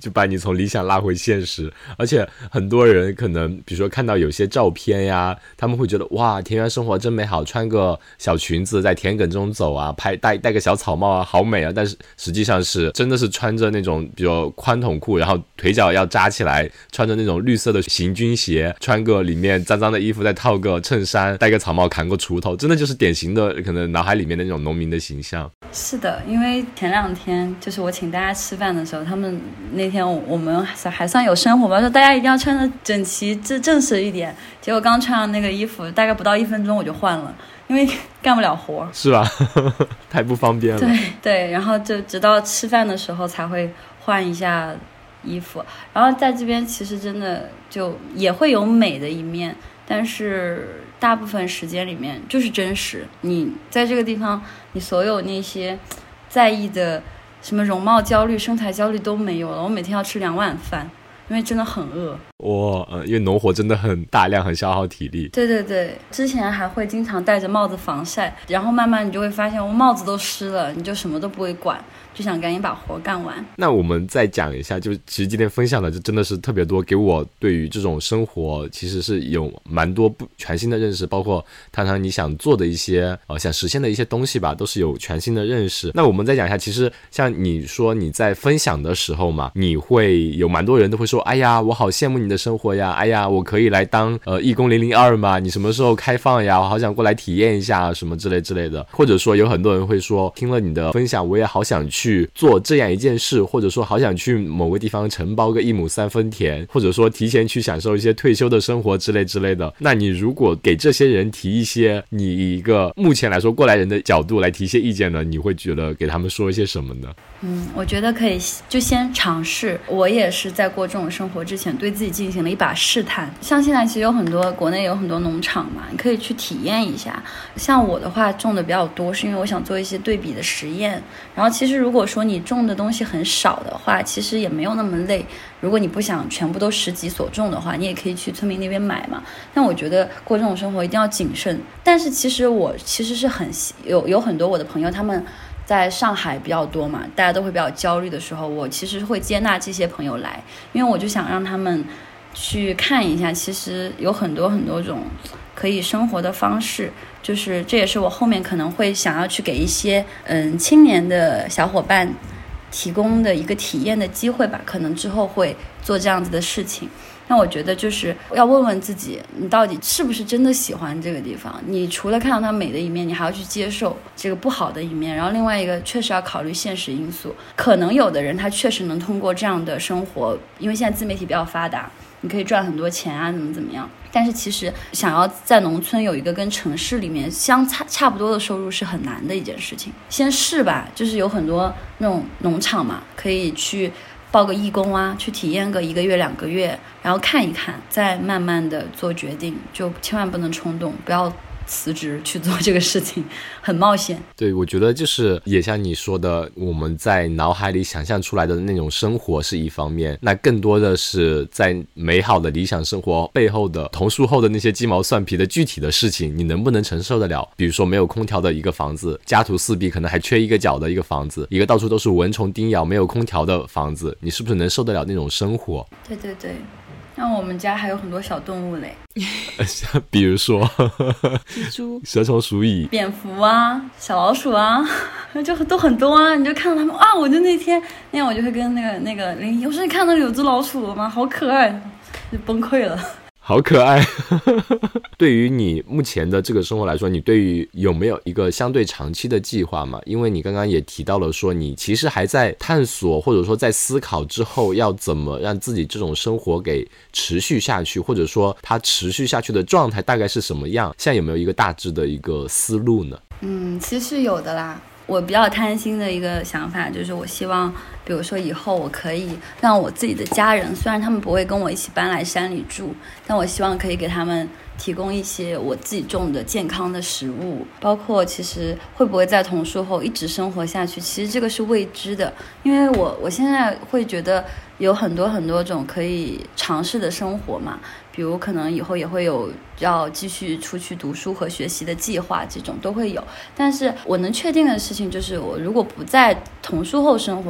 Speaker 1: 就把你从理想拉回现实。而且很多人可能比如说看到有些照片呀，他们会觉得哇，田园生活真美好，穿个小裙子在田埂中走啊，拍戴戴个小草帽啊，好美啊。但是实际上是真的是穿着那种比如宽筒裤，然后腿脚要扎起来，穿着那种绿色的行军鞋，穿个里面脏脏的衣服，再套个衬衫，戴个草帽，砍个锄头，真的就是典型的可能脑海里面的那种农民的形象。
Speaker 3: 是的，因为前两天就是我请大家吃饭的时候，他们那天我们还算有生活吧，说大家一定要穿得整齐正正式一点。结果刚穿上那个衣服，大概不到一分钟我就换了，因为干不了活，
Speaker 1: 是吧？太不方便了。
Speaker 3: 对对，然后就直到吃饭的时候才会换一下衣服。然后在这边其实真的就也会有美的一面，但是大部分时间里面就是真实。你在这个地方，你所有那些在意的什么容貌焦虑、身材焦虑都没有了。我每天要吃两碗饭，因为真的很饿。
Speaker 1: 哇、呃，因为农活真的很大量，很消耗体力。
Speaker 3: 对对对，之前还会经常戴着帽子防晒，然后慢慢你就会发现，我帽子都湿了，你就什么都不会管，就想赶紧把活干完。
Speaker 1: 那我们再讲一下，就其实今天分享的就真的是特别多，给我对于这种生活其实是有蛮多不全新的认识，包括汤汤你想做的一些呃想实现的一些东西吧，都是有全新的认识。那我们再讲一下，其实像你说你在分享的时候嘛，你会有蛮多人都会说，哎呀，我好羡慕你的生活呀，哎呀，我可以来当呃义工零零二嘛，你什么时候开放呀？我好想过来体验一下什么之类之类的。或者说有很多人会说，听了你的分享，我也好想去做这样一件事，或者说好想去某个地方承包个一亩三分田，或者说提前去享受一些退休的生活之类之类的。那你如果给这些人提一些你以一个目前来说过来人的角度来提一些意见呢，你会觉得给他们说一些什么呢？
Speaker 3: 嗯，我觉得可以就先尝试。我也是在过这种生活之前对自己进行了一把试探。像现在其实有很多国内有很多农场嘛，你可以去体验一下。像我的话种的比较多，是因为我想做一些对比的实验。然后其实如果说你种的东西很少的话，其实也没有那么累。如果你不想全部都实己所种的话，你也可以去村民那边买嘛。但我觉得过这种生活一定要谨慎。但是其实我其实是很有有很多我的朋友，他们在上海比较多嘛，大家都会比较焦虑的时候，我其实会接纳这些朋友来，因为我就想让他们去看一下，其实有很多很多种可以生活的方式。就是这也是我后面可能会想要去给一些嗯青年的小伙伴提供的一个体验的机会吧，可能之后会做这样子的事情。那我觉得就是要问问自己，你到底是不是真的喜欢这个地方，你除了看到它美的一面，你还要去接受这个不好的一面。然后另外一个确实要考虑现实因素，可能有的人他确实能通过这样的生活，因为现在自媒体比较发达，你可以赚很多钱啊，怎么怎么样。但是其实想要在农村有一个跟城市里面相差差不多的收入是很难的一件事情。先试吧，就是有很多那种农场嘛，可以去报个义工啊，去体验个一个月两个月，然后看一看，再慢慢的做决定。就千万不能冲动，不要辞职去做这个事情，很冒险。
Speaker 1: 对，我觉得就是也像你说的，我们在脑海里想象出来的那种生活是一方面，那更多的是在美好的理想生活背后的桐树后的那些鸡毛蒜皮的具体的事情，你能不能承受得了？比如说没有空调的一个房子，家徒四壁，可能还缺一个角的一个房子，一个到处都是蚊虫叮咬没有空调的房子，你是不是能受得了那种生活？
Speaker 3: 对对对，那我们家还有很多小动物嘞，
Speaker 1: 比如说
Speaker 4: 蜘蛛、
Speaker 1: 蛇虫鼠蚁、
Speaker 3: 蝙蝠啊，小老鼠啊，就都很多啊。你就看到他们啊，我就那天那样，我就会跟那个那个林姨，我说你看到有只老鼠了吗？好可爱，就崩溃了。
Speaker 1: 好可爱。对于你目前的这个生活来说，你对于有没有一个相对长期的计划嘛？因为你刚刚也提到了说，你其实还在探索，或者说在思考之后要怎么让自己这种生活给持续下去，或者说它持续下去的状态大概是什么样？现在有没有一个大致的一个思路呢？
Speaker 3: 嗯，其实有的啦。我比较贪心的一个想法就是，我希望比如说以后我可以让我自己的家人，虽然他们不会跟我一起搬来山里住，但我希望可以给他们提供一些我自己种的健康的食物。包括其实会不会在桐树后一直生活下去，其实这个是未知的。因为我我现在会觉得有很多很多种可以尝试的生活嘛，比如可能以后也会有要继续出去读书和学习的计划，这种都会有。但是我能确定的事情就是，我如果不在桐树后生活了，那我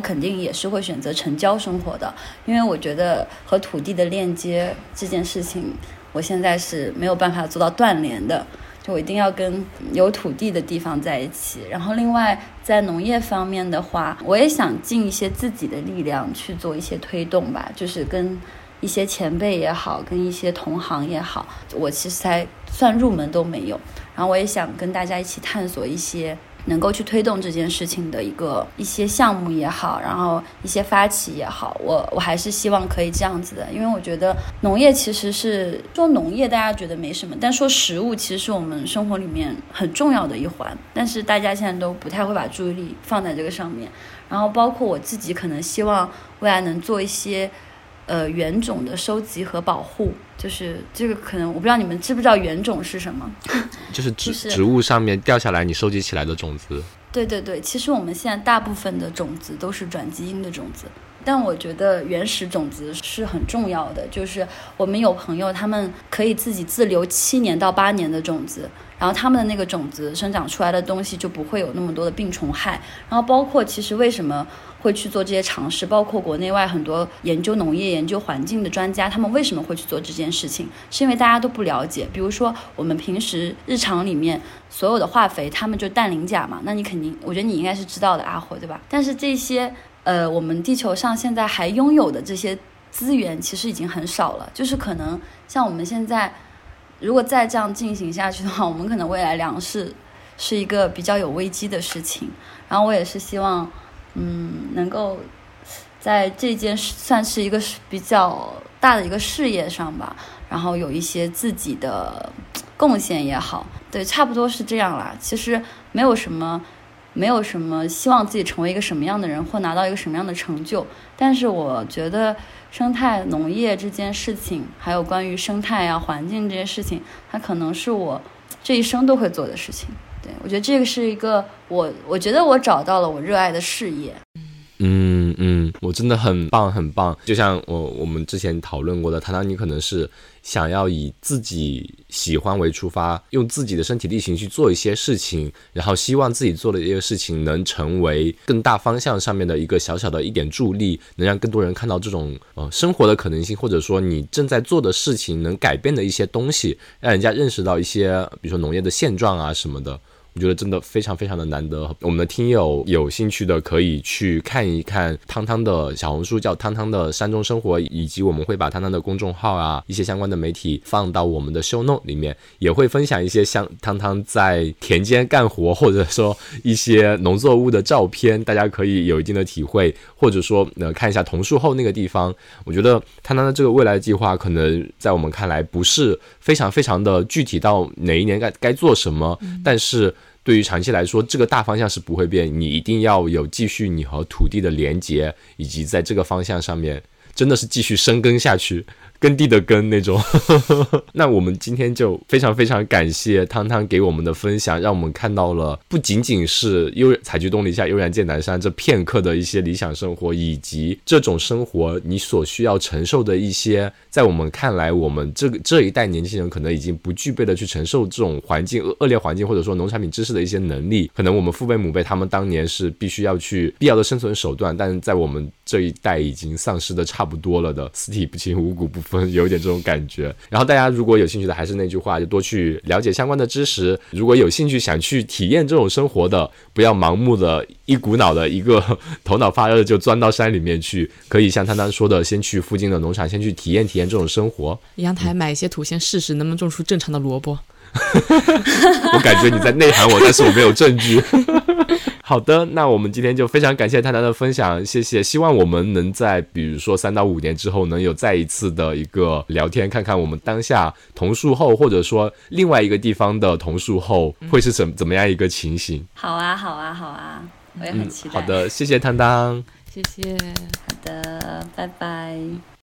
Speaker 3: 肯定也是会选择城郊生活的，因为我觉得和土地的链接这件事情，我现在是没有办法做到断联的，就我一定要跟有土地的地方在一起。然后另外在农业方面的话，我也想尽一些自己的力量去做一些推动吧，就是跟一些前辈也好，跟一些同行也好，我其实才算入门都没有，然后我也想跟大家一起探索一些能够去推动这件事情的一个一些项目也好，然后一些发起也好，我我还是希望可以这样子的。因为我觉得农业其实是说农业大家觉得没什么，但说食物其实是我们生活里面很重要的一环，但是大家现在都不太会把注意力放在这个上面。然后包括我自己可能希望未来能做一些呃原种的收集和保护，就是这个可能我不知道你们知不知道原种是什么，
Speaker 1: 就是植植物上面掉下来你收集起来的种子。
Speaker 3: 对对对，其实我们现在大部分的种子都是转基因的种子，但我觉得原始种子是很重要的，就是我们有朋友他们可以自己自留七年到八年的种子，然后他们的那个种子生长出来的东西就不会有那么多的病虫害。然后包括其实为什么会去做这些尝试，包括国内外很多研究农业研究环境的专家，他们为什么会去做这件事情，是因为大家都不了解。比如说我们平时日常里面所有的化肥他们就氮磷钾嘛，那你肯定我觉得你应该是知道的，阿火对吧？但是这些呃我们地球上现在还拥有的这些资源其实已经很少了，就是可能像我们现在如果再这样进行下去的话，我们可能未来粮食是一个比较有危机的事情。然后我也是希望嗯，能够在这件算是一个比较大的一个事业上吧，然后有一些自己的贡献也好，对，差不多是这样啦。其实没有什么没有什么希望自己成为一个什么样的人或拿到一个什么样的成就，但是我觉得生态农业这件事情，还有关于生态啊环境这些事情，它可能是我这一生都会做的事情。对，我觉得这个是一个我我觉得我找到了我热爱的事业。
Speaker 1: 嗯嗯，我真的很棒很棒。就像我我们之前讨论过的，糖糖你可能是想要以自己喜欢为出发，用自己的身体力行去做一些事情，然后希望自己做的一个事情能成为更大方向上面的一个小小的一点助力，能让更多人看到这种呃生活的可能性，或者说你正在做的事情能改变的一些东西，让人家认识到一些比如说农业的现状啊什么的。我觉得真的非常非常的难得，我们的听友有兴趣的可以去看一看汤汤的小红书，叫汤汤的山中生活，以及我们会把汤汤的公众号啊一些相关的媒体放到我们的 show note 里面，也会分享一些像汤汤在田间干活或者说一些农作物的照片，大家可以有一定的体会，或者说、呃、看一下桐树后那个地方。我觉得汤汤的这个未来计划可能在我们看来不是非常非常的具体到哪一年该该做什么、嗯、但是对于长期来说这个大方向是不会变，你一定要有继续你和土地的连结，以及在这个方向上面真的是继续深耕下去，耕地的耕那种那我们今天就非常非常感谢汤汤给我们的分享，让我们看到了不仅仅是悠采菊东篱下悠然见南山这片刻的一些理想生活，以及这种生活你所需要承受的一些在我们看来我们这个这一代年轻人可能已经不具备的去承受这种环境恶劣环境或者说农产品知识的一些能力，可能我们父辈母辈他们当年是必须要去必要的生存手段，但是在我们这一代已经丧失的差不多了的，四体不勤五谷不分，有一点这种感觉。然后大家如果有兴趣的，还是那句话，就多去了解相关的知识，如果有兴趣想去体验这种生活的，不要盲目的一股脑的一个头脑发热就钻到山里面去，可以像汤汤说的先去附近的农场先去体验体验这种生活，
Speaker 4: 阳台买一些土先试试能不能种出正常的萝卜
Speaker 1: 我感觉你在内涵我，但是我没有证据好的，那我们今天就非常感谢汤汤的分享，谢谢。希望我们能在比如说三到五年之后能有再一次的一个聊天，看看我们当下桐树后或者说另外一个地方的桐树后会是怎怎么样一个情形。
Speaker 3: 好啊好啊好啊，我也很期待、
Speaker 1: 嗯、好的，谢谢汤汤，
Speaker 4: 谢谢。
Speaker 3: 好的，拜拜。